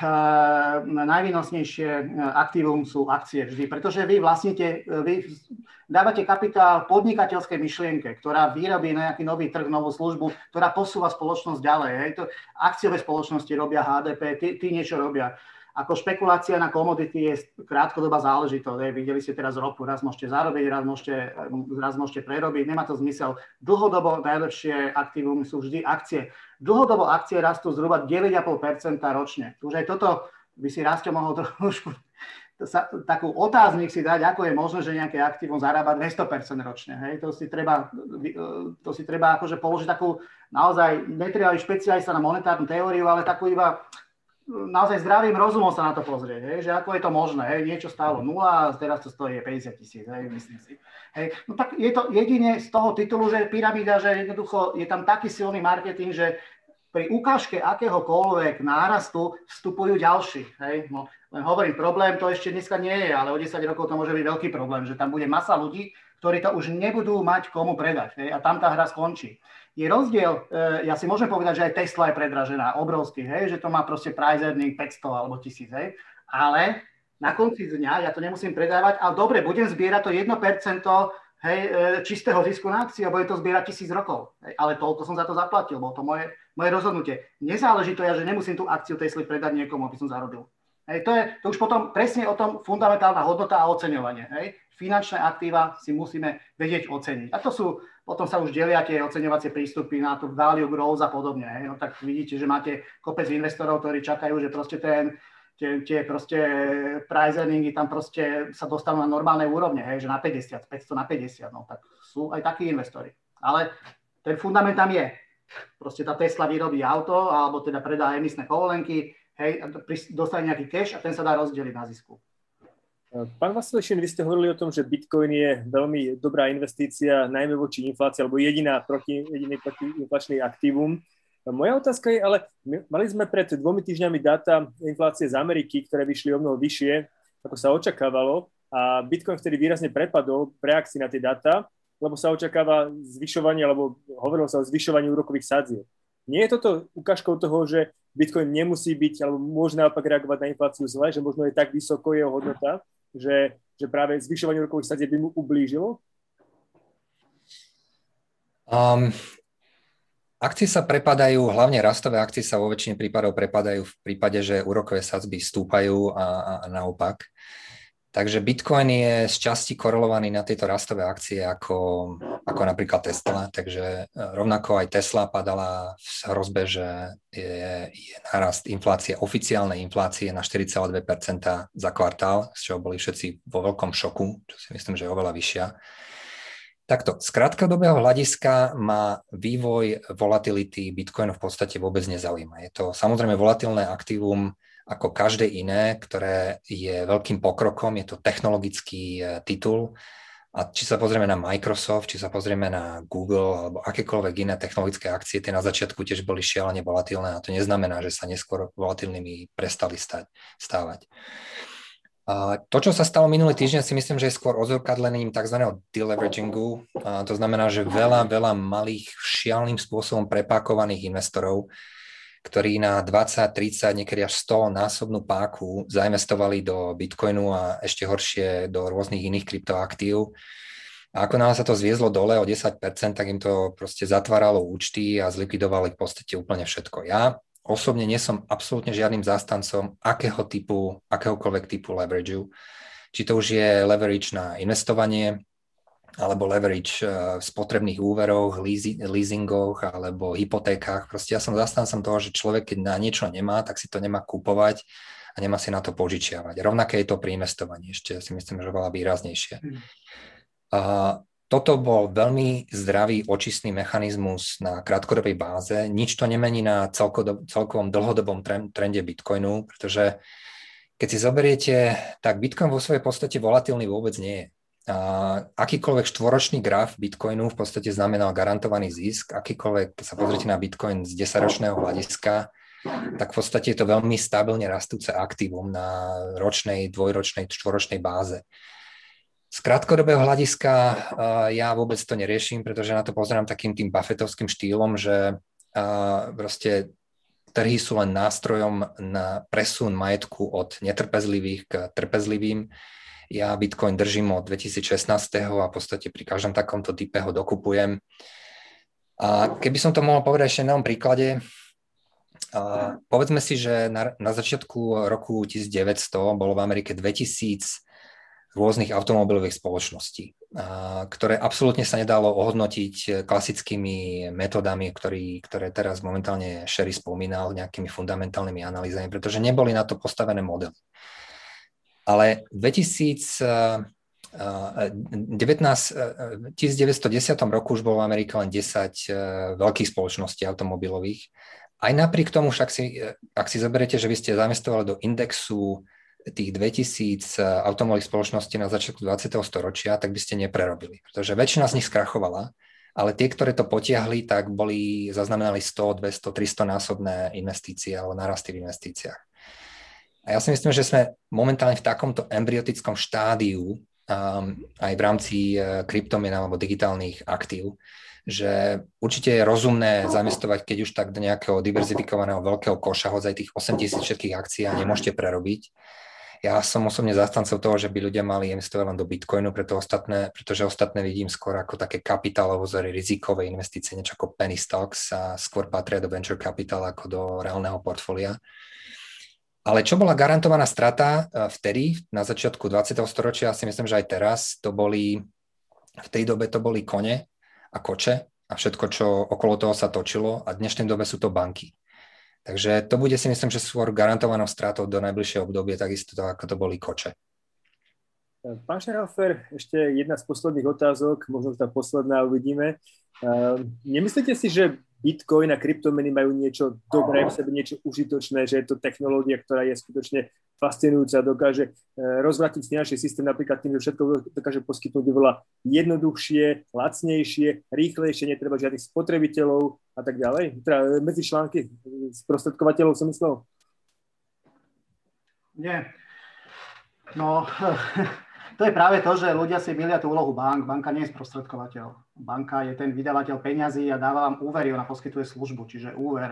najvýnosnejšie aktívum sú akcie vždy, pretože vy vlastnite, vy dávate kapitál podnikateľskej myšlienke, ktorá vyrobí nejaký nový trh, novú službu, ktorá posúva spoločnosť ďalej. Hej. To, akciové spoločnosti robia há dé pé, tí, tí niečo robia. Ako špekulácia na komodity je krátkodobá záležitosť. Hej. Videli ste teraz ropu, raz môžete zarobiť, raz môžete, raz môžete prerobiť. Nemá to zmysel. Dlhodobo najlepšie aktívum sú vždy akcie. Dlhodobo akcie rastú zhruba deväť celá päť percenta ročne. Už aj toto by si Rastio mohol trošku sa, takú otáznik si dať, ako je možné, že nejaké aktívum zarába dvesto percent ročne. Hej. To si treba, to si treba akože položiť takú naozaj netriali špecialista na monetárnu teóriu, ale takú iba naozaj zdravým rozumom sa na to pozrieť, hej, že ako je to možné, hej, niečo stálo nula a teraz to stojí päťdesiat tisíc, hej, myslím si. Hej. No tak je to jedine z toho titulu, že pyramída, že jednoducho je tam taký silný marketing, že pri ukážke akéhokoľvek nárastu vstupujú ďalší. Hej. No, len hovorím, problém to ešte dneska nie je, ale o desať rokov to môže byť veľký problém, že tam bude masa ľudí, ktorí to už nebudú mať komu predať, hej, a tam tá hra skončí. Je rozdiel, ja si môžem povedať, že aj Tesla je predražená, obrovský, hej, že to má proste price earning päťsto alebo tisíc, hej, ale na konci dňa ja to nemusím predávať, ale dobre, budem zbierať to jedno percento, hej, čistého zisku na akcii a budem to zbierať tisíc rokov, hej, ale toľko som za to zaplatil, bolo to moje, moje rozhodnutie. Nezáleží to ja, že nemusím tú akciu Tesly predať niekomu, aby som zarobil. Hej, to je to už potom presne o tom fundamentálna hodnota a oceňovanie, hej. Finančné aktíva si musíme vedieť oceniť. A to sú, potom sa už delia tie oceňovacie prístupy na to value growth a podobne. Hej. No tak vidíte, že máte kopec investorov, ktorí čakajú, že proste ten, tie, tie proste price earningy tam proste sa dostanú na normálne úrovne, hej, že na päťdesiat, päťsto na päťdesiat. No tak sú aj takí investori. Ale ten fundament tam je. Proste tá Tesla vyrobí auto, alebo teda predá emisné povolenky, hej, dostane nejaký cash a ten sa dá rozdeliť na zisku. Pán Vasilešin, vy ste hovorili o tom, že Bitcoin je veľmi dobrá investícia, najmä voči inflácii, alebo jediná proti, jediný protiinflačný aktívum. Moja otázka je, ale mali sme pred dvomi týždňami dáta inflácie z Ameriky, ktoré vyšli o mnoho vyššie, ako sa očakávalo, a Bitcoin vtedy výrazne prepadol v reakcii na tie dáta, lebo sa očakáva zvyšovanie, alebo hovorilo sa o zvyšovaní úrokových sadzieb. Nie je toto ukážkou toho, že Bitcoin nemusí byť, alebo môže naopak reagovať na infláciu zle, že možno je tak vysoko jeho hodnota, že, že práve zvyšovanie úrokových sadzieb by mu ublížilo? Um, akcie sa prepadajú, hlavne rastové akcie sa vo väčšine prípadov prepadajú v prípade, že úrokové sadzby stúpajú a, a, a naopak. Takže Bitcoin je z časti korelovaný na tieto rastové akcie ako, ako napríklad Tesla, takže rovnako aj Tesla padala v hrozbe, že je, je nárast inflácie, oficiálnej inflácie na štyri celé dve percentá za kvartál, z čoho boli všetci vo veľkom šoku, čo si myslím, že je oveľa vyššia. Takto, z krátkodobého hľadiska ma vývoj volatility Bitcoinu v podstate vôbec nezaujíma. Je to samozrejme volatilné aktívum, ako každé iné, ktoré je veľkým pokrokom, je to technologický titul. A či sa pozrieme na Microsoft, či sa pozrieme na Google alebo akékoľvek iné technologické akcie, tie na začiatku tiež boli šialene volatilné a to neznamená, že sa neskôr volatilnými prestali stať, stávať. A to, čo sa stalo minulý týždeň, si myslím, že je skôr odzrkadlením tzv. Deleveragingu. A to znamená, že veľa, veľa malých šialným spôsobom prepákovaných investorov, ktorí na dvadsať, tridsať, niekedy až sto násobnú páku zainvestovali do Bitcoinu a ešte horšie do rôznych iných kryptoaktív. A ako nám sa to zviezlo dole o desať percent, tak im to proste zatváralo účty a zlikvidovali v podstate úplne všetko. Ja osobne nie som absolútne žiadnym zástancom akého typu, akéhokoľvek typu leverageu. Či to už je leverage na investovanie, alebo leverage v spotrebných úveroch, leasingoch alebo hypotékach. Proste ja som zastancom toho, že človek, keď na niečo nemá, tak si to nemá kúpovať a nemá si na to požičiavať. Rovnaké je to pri investovaní, ešte si myslím, že veľa výraznejšie. Mm. A toto bol veľmi zdravý očistný mechanizmus na krátkodobej báze. Nič to nemení na celkovom dlhodobom trende Bitcoinu, pretože keď si zoberiete, tak Bitcoin vo svojej podstate volatilný vôbec nie je. A akýkoľvek štvoročný graf Bitcoinu v podstate znamenal garantovaný zisk. Akýkoľvek, keď sa pozrite na Bitcoin z desaťročného hľadiska, tak v podstate je to veľmi stabilne rastúce aktívum na ročnej, dvojročnej, štvoročnej báze. Z krátkodobého hľadiska ja vôbec to neriešim, pretože na to pozerám takým tým buffettovským štýlom, že proste trhy sú len nástrojom na presun majetku od netrpezlivých k trpezlivým. Ja Bitcoin držím od dvetisícšestnásť a v podstate pri každom takomto type ho dokupujem. A keby som to mohol povedať ešte na jednom príklade, a povedzme si, že na, na začiatku roku devätnásťsto bolo v Amerike dvetisíc rôznych automobilových spoločností, a, ktoré absolútne sa nedalo ohodnotiť klasickými metodami, ktorý, ktoré teraz momentálne Sherry spomínal, nejakými fundamentálnymi analýzami, pretože neboli na to postavené modely. Ale v devätnásťstodesať roku už bolo v Amerike len desať veľkých spoločností automobilových aj napriek tomu však si, ak si zoberiete, že vy ste zainvestovali do indexu tých dvetisíc automobilových spoločností na začiatku dvadsiateho storočia, tak by ste neprerobili, pretože väčšina z nich skrachovala, ale tie, ktoré to potiahli, tak boli, zaznamenali sto, dvesto, tristo násobné investície alebo narasty v investíciách. A ja si myslím, že sme momentálne v takomto embryotickom štádiu um, aj v rámci uh, kryptomien alebo digitálnych aktív, že určite je rozumné zainvestovať, keď už tak do nejakého diverzifikovaného veľkého koša, hoď aj tých osem tisíc všetkých akcií a nemôžete prerobiť. Ja som osobne zastancov toho, že by ľudia mali investovať len do Bitcoinu, preto ostatné, pretože ostatné vidím skôr ako také kapitálovo vzory rizikové investície, niečo ako penny stocks a skôr patria do venture capital ako do reálneho portfólia. Ale čo bola garantovaná strata vtedy, na začiatku dvadsiateho storočia, si myslím, že aj teraz, to boli, v tej dobe to boli kone a koče a všetko, čo okolo toho sa točilo a v dnešnej dobe sú to banky. Takže to bude si myslím, že skôr garantovanou stratou do najbližšieho obdobia, takisto to, ako to boli koče. Pán Scherhofer, ešte jedna z posledných otázok, možno tá posledná, uvidíme. Nemyslíte si, že Bitcoin a kryptomeny majú niečo dobré v sebe, niečo užitočné, že je to technológia, ktorá je skutočne fascinujúca, dokáže rozvrátiť finančný systém napríklad tým, že všetko dokáže poskytnúť oveľa jednoduchšie, lacnejšie, rýchlejšie, netreba žiadnych spotrebiteľov a tak ďalej? Teda medzi články sprostredkovateľov som myslel? Nie. No, to je práve to, že ľudia si milia tú úlohu bank. Banka nie je sprostredkovateľ. Banka je ten vydavateľ peňazí a dáva vám úvery, ona poskytuje službu, čiže úver.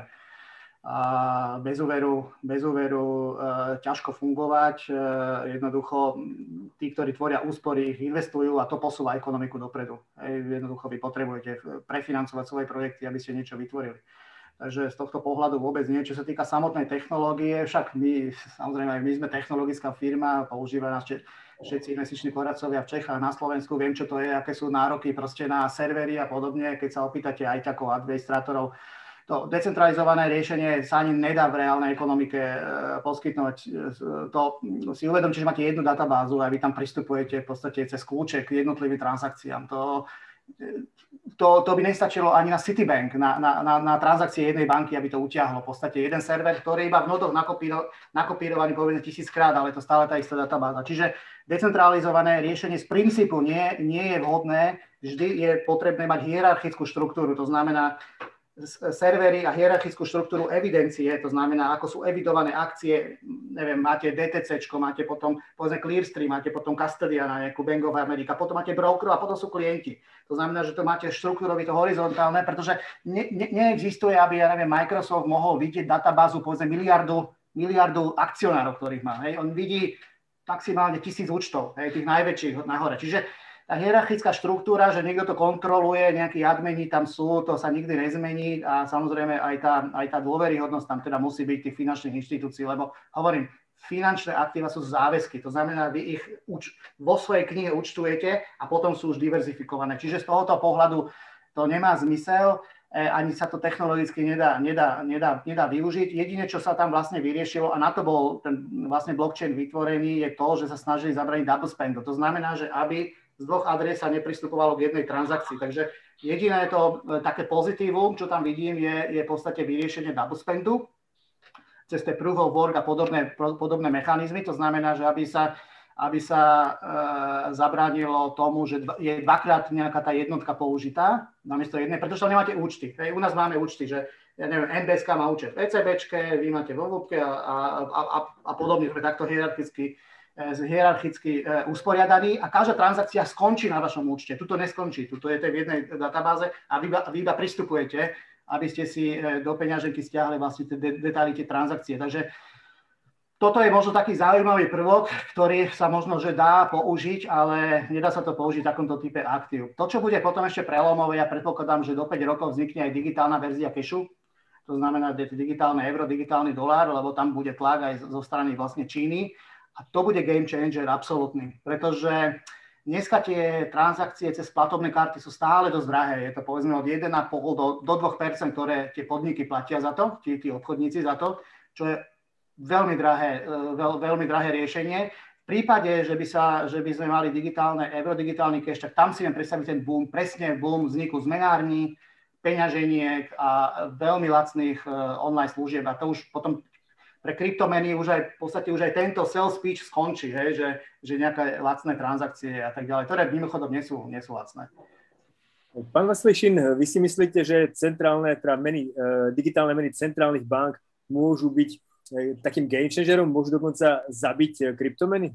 A bez úveru, bez úveru e, ťažko fungovať. E, jednoducho tí, ktorí tvoria úspory, ich investujú a to posúva ekonomiku dopredu. E, jednoducho vy potrebujete prefinancovať svoje projekty, aby ste niečo vytvorili. Takže z tohto pohľadu vôbec nie. Čo sa týka samotnej technológie, však my, samozrejme aj my sme technologická firma, používajú nás všetci investiční poradcovia v Čechách, na Slovensku, viem, čo to je, aké sú nároky proste na servery a podobne. Keď sa opýtate aj takov administrátorov, to decentralizované riešenie sa ani nedá v reálnej ekonomike e, poskytnúť. To si uvedomte, že máte jednu databázu a vy tam pristupujete v podstate cez kľúče k jednotlivým transakciám. To, to, to by nestačilo ani na Citibank, na, na, na, na transakcie jednej banky, aby to utiahlo. V podstate jeden server, ktorý iba v nodoch nakopíro, nakopírovaný povedzme tisíckrát, ale to stále tá istá databáza. Čiže decentralizované riešenie z princípu nie, nie je vhodné. Vždy je potrebné mať hierarchickú štruktúru. To znamená, servery a hierarchickú štruktúru evidencie, to znamená, ako sú evidované akcie, neviem, máte DTCčko, máte potom, povedzme, Clearstream, máte potom custodiana, nejakú Bank of America, potom máte brokerov a potom sú klienti. To znamená, že to máte štruktúrovi to horizontálne, pretože ne, ne, neexistuje, aby, ja neviem, Microsoft mohol vidieť databázu, povedzme, miliardu, miliardu akcionárov, ktorých má. Hej. On vidí maximálne tisíc účtov, hej, tých najväčších nahore. Čiže tá hierarchická štruktúra, že niekto to kontroluje, nejakí admini tam sú, to sa nikdy nezmení a samozrejme aj tá, aj tá dôveryhodnosť tam teda musí byť tých finančných inštitúcií, lebo hovorím, finančné aktíva sú záväzky, to znamená, vy ich uč- vo svojej knihe účtujete a potom sú už diverzifikované. Čiže z tohoto pohľadu to nemá zmysel, ani sa to technologicky nedá, nedá, nedá, nedá využiť. Jedine, čo sa tam vlastne vyriešilo, a na to bol ten vlastne blockchain vytvorený, je to, že sa snažili zabraniť double spendu. To znamená, že aby z dvoch adres sa nepristupovalo k jednej transakcii. Takže jediné to také pozitívum, čo tam vidím, je, je v podstate vyriešenie double spendu cez tie proof of work a podobné, podobné mechanizmy. To znamená, že aby sa, aby sa e, zabránilo tomu, že dva, je dvakrát nejaká tá jednotka použitá namiesto jednej, pretože tam nemáte účty. Hej, u nás máme účty, že ja neviem, en bé es ká má účet v ECBčke, vy máte vo VÚBke a, a, a, a podobne, takto hierarchicky hierarchicky usporiadaný a každá transakcia skončí na vašom účte. Tuto neskončí, tuto je to v jednej databáze a vy, vy iba pristupujete, aby ste si do peňaženky stiahli vlastne tie detaily, tie transakcie. Takže toto je možno taký zaujímavý prvok, ktorý sa možno že dá použiť, ale nedá sa to použiť v takomto type aktív. To, čo bude potom ešte prelomové, ja predpokladám, že do päť rokov vznikne aj digitálna verzia cashu, to znamená digitálne euro, digitálny dolár, lebo tam bude tlak aj zo strany vlastne Číny. A to bude game changer absolútny, pretože dneska tie transakcie cez platobné karty sú stále dosť drahé. Je to povedzme od jeden a pol do, do dva percentá, ktoré tie podniky platia za to, tí, tí obchodníci za to, čo je veľmi drahé, veľ, veľmi drahé riešenie. V prípade, že by, sa, že by sme mali digitálne, eurodigitálny cash, tak tam si viem predstaviť ten boom, presne boom vzniku zmenární, peňaženiek a veľmi lacných online služieb. A to už potom pre kryptomeny už aj v podstate už aj tento sales pitch skončí, hej, že, že nejaké lacné transakcie a tak ďalej, ktoré mimochodom nie sú, nie sú lacné. Pán Vasilišin, vy si myslíte, že centrálne, teda meny, digitálne meny centrálnych bank môžu byť takým game changerom, môžu dokonca zabiť kryptomeny?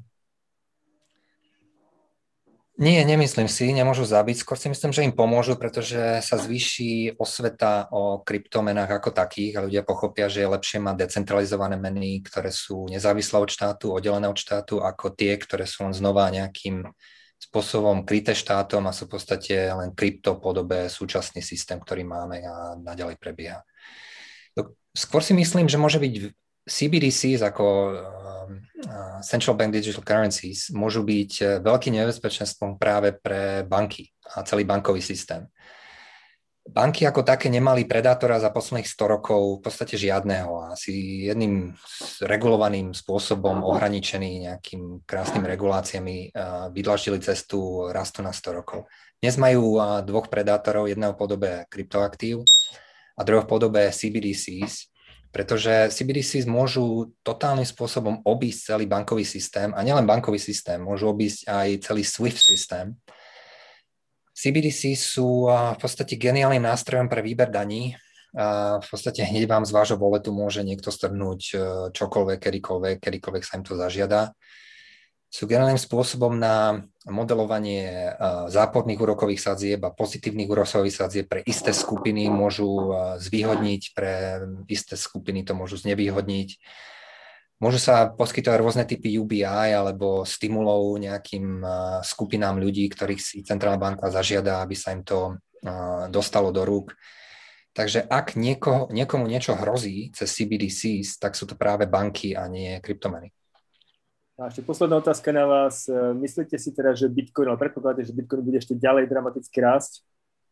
Nie, nemyslím si, nemôžu zabiť. Skôr si myslím, že im pomôžu, pretože sa zvýši osveta o kryptomenách ako takých a ľudia pochopia, že je lepšie mať decentralizované meny, ktoré sú nezávislé od štátu, oddelené od štátu, ako tie, ktoré sú len znova nejakým spôsobom kryté štátom a sú v podstate len krypto podobe súčasný systém, ktorý máme a naďalej prebieha. Skôr si myslím, že môže byť C B D Cs ako Central Bank Digital Currencies môžu byť veľkým nebezpečenstvom práve pre banky a celý bankový systém. Banky ako také nemali predátora za posledných sto rokov v podstate žiadneho. Asi jedným regulovaným spôsobom ohraničený nejakým krásnym reguláciami vydlaždili cestu rastu na sto rokov. Dnes majú dvoch predátorov, jedného v podobe kryptoaktív a druhého v podobe C B D Cs, pretože C B D Cs môžu totálnym spôsobom obísť celý bankový systém a nielen bankový systém, môžu obísť aj celý SWIFT systém. C B D C sú v podstate geniálnym nástrojom pre výber daní. V podstate hneď vám z vášho voletu môže niekto strhnúť čokoľvek, kedykoľvek, kedykoľvek sa im to zažiada. Sú geniálnym spôsobom na modelovanie záporných úrokových sadzieb a pozitívnych úrokových sadzieb pre isté skupiny môžu zvýhodniť, pre isté skupiny to môžu znevýhodniť. Môžu sa poskytovať rôzne typy U B I alebo stimulov nejakým skupinám ľudí, ktorých si centrálna banka zažiada, aby sa im to dostalo do rúk. Takže ak niekoho, niekomu niečo hrozí cez C B D Cs, tak sú to práve banky a nie kryptomeny. A ešte posledná otázka na vás. Myslíte si teda, že Bitcoin, ale predpokladáte, že Bitcoin bude ešte ďalej dramaticky rásť?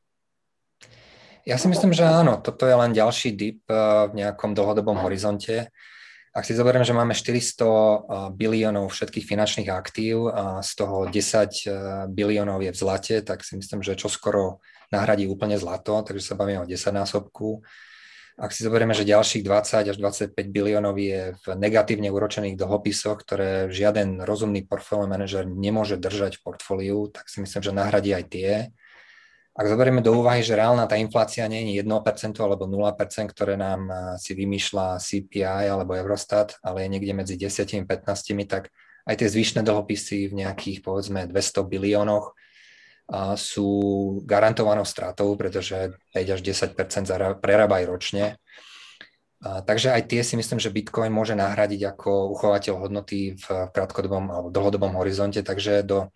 Ja si myslím, že áno. Toto je len ďalší dip v nejakom dlhodobom horizonte. Ak si zoberiem, že máme štyristo biliónov všetkých finančných aktív a z toho desať biliónov je v zlate, tak si myslím, že čoskoro nahradí úplne zlato, takže sa bavíme o desaťnásobku. Ak si zoberieme, že ďalších dvadsať až dvadsaťpäť biliónov je v negatívne úročených dlhopisoch, ktoré žiaden rozumný portfólio manažer nemôže držať v portfóliu, tak si myslím, že nahradí aj tie. Ak zoberieme do úvahy, že reálna tá inflácia nie je jedno percento alebo nula percent, ktoré nám si vymýšľa C P I alebo Eurostat, ale je niekde medzi desať a pätnásť, tak aj tie zvyšné dlhopisy v nejakých, povedzme, dvesto biliónoch sú garantovanou stratou, pretože päť až desať percent prerábajú ročne. Takže aj tie si myslím, že Bitcoin môže nahradiť ako uchovateľ hodnoty v krátkodobom alebo dlhodobom horizonte, takže do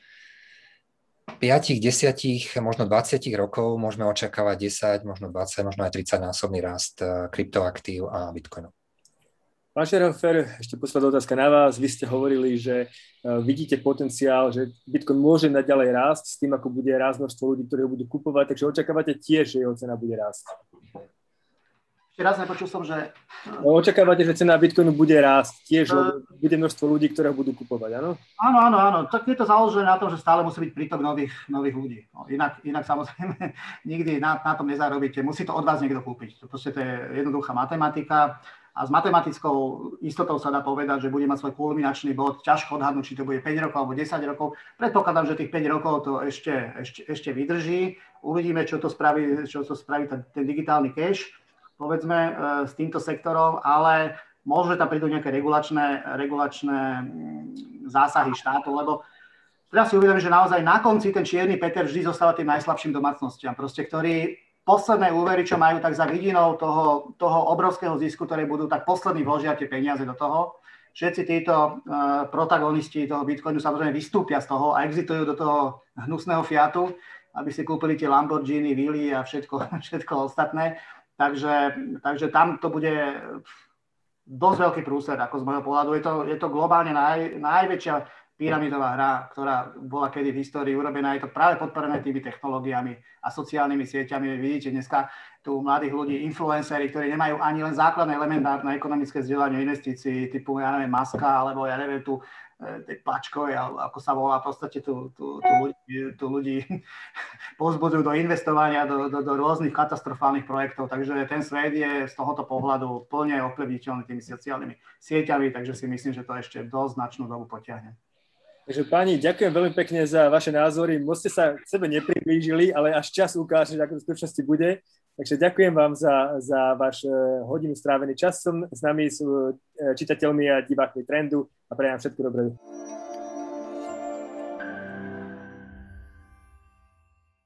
päť, desať, možno dvadsať rokov môžeme očakávať desať, možno dvadsať, možno aj tridsať násobný rast kryptoaktív a Bitcoinu. Pán Schäferhofer, ešte posledná otázka na vás. Vy ste hovorili, že vidíte potenciál, že Bitcoin môže naďalej rásť s tým, ako bude rásť množstvo ľudí, ktorí ho budú kupovať, takže očakávate tiež, že jeho cena bude rásť. Ešte raz nepočul som, že... No, očakávate, že cena Bitcoinu bude rásť tiež, uh, bude množstvo ľudí, ktoré ho budú kupovať, áno? Áno, áno, áno. Tak je to založené na tom, že stále musí byť prítok nových, nových ľudí. No, inak, inak samozrejme nikdy na, na tom nezarobíte. Musí to od vás niekto kúpiť. To, to je jednoduchá matematika. A s matematickou istotou sa dá povedať, že bude mať svoj kulminačný bod. Ťažko odhadnúť, či to bude päť rokov alebo desať rokov. Predpokladám, že tých päť rokov to ešte, ešte, ešte vydrží. Uvidíme, čo to spraví, čo to spraví ten, ten digitálny cash, povedzme, e, s týmto sektorom, ale môže tam prídu nejaké regulačné, regulačné zásahy štátu, lebo teraz si uvedomím, že naozaj na konci ten čierny Peter vždy zostáva tým najslabším domácnostiam, proste, ktorý posledné úvery, čo majú, tak za vidinou toho, toho obrovského zisku, ktoré budú, tak poslední vložia tie peniaze do toho. Všetci títo uh, protagonisti toho Bitcoinu samozrejme vystúpia z toho a exitujú do toho hnusného Fiatu, aby si kúpili tie Lamborghini, Vily a všetko, všetko ostatné. Takže, takže tam to bude dosť veľký prúser, ako z môjho pohľadu. Je to, je to globálne naj, najväčšia pyramidová hra, ktorá bola kedy v histórii urobená. Je to práve podporené tými technológiami a sociálnymi sieťami. Vidíte dneska tu mladých ľudí, influenceri, ktorí nemajú ani len základné elementárne ekonomické vzdelanie investícií typu, ja neviem, Maska, alebo ja neviem, tu Pačko, ako sa volá, v podstate tu, tu, tu ľudí, tu ľudí povzbudzujú do investovania do, do, do rôznych katastrofálnych projektov, takže ten svet je z tohoto pohľadu plne ovplyvniteľný tými sociálnymi sieťami, takže si myslím, že to ešte dosť značnú dobu potiahne. Takže páni, ďakujem veľmi pekne za vaše názory. Moc ste sa k sebe nepriblížili, ale až čas ukáže, ako to v skutočnosti bude. Takže ďakujem vám za, za váš hodinu strávený časom s nami, s čitateľmi a divákmi Trendu a prajem všetko dobré.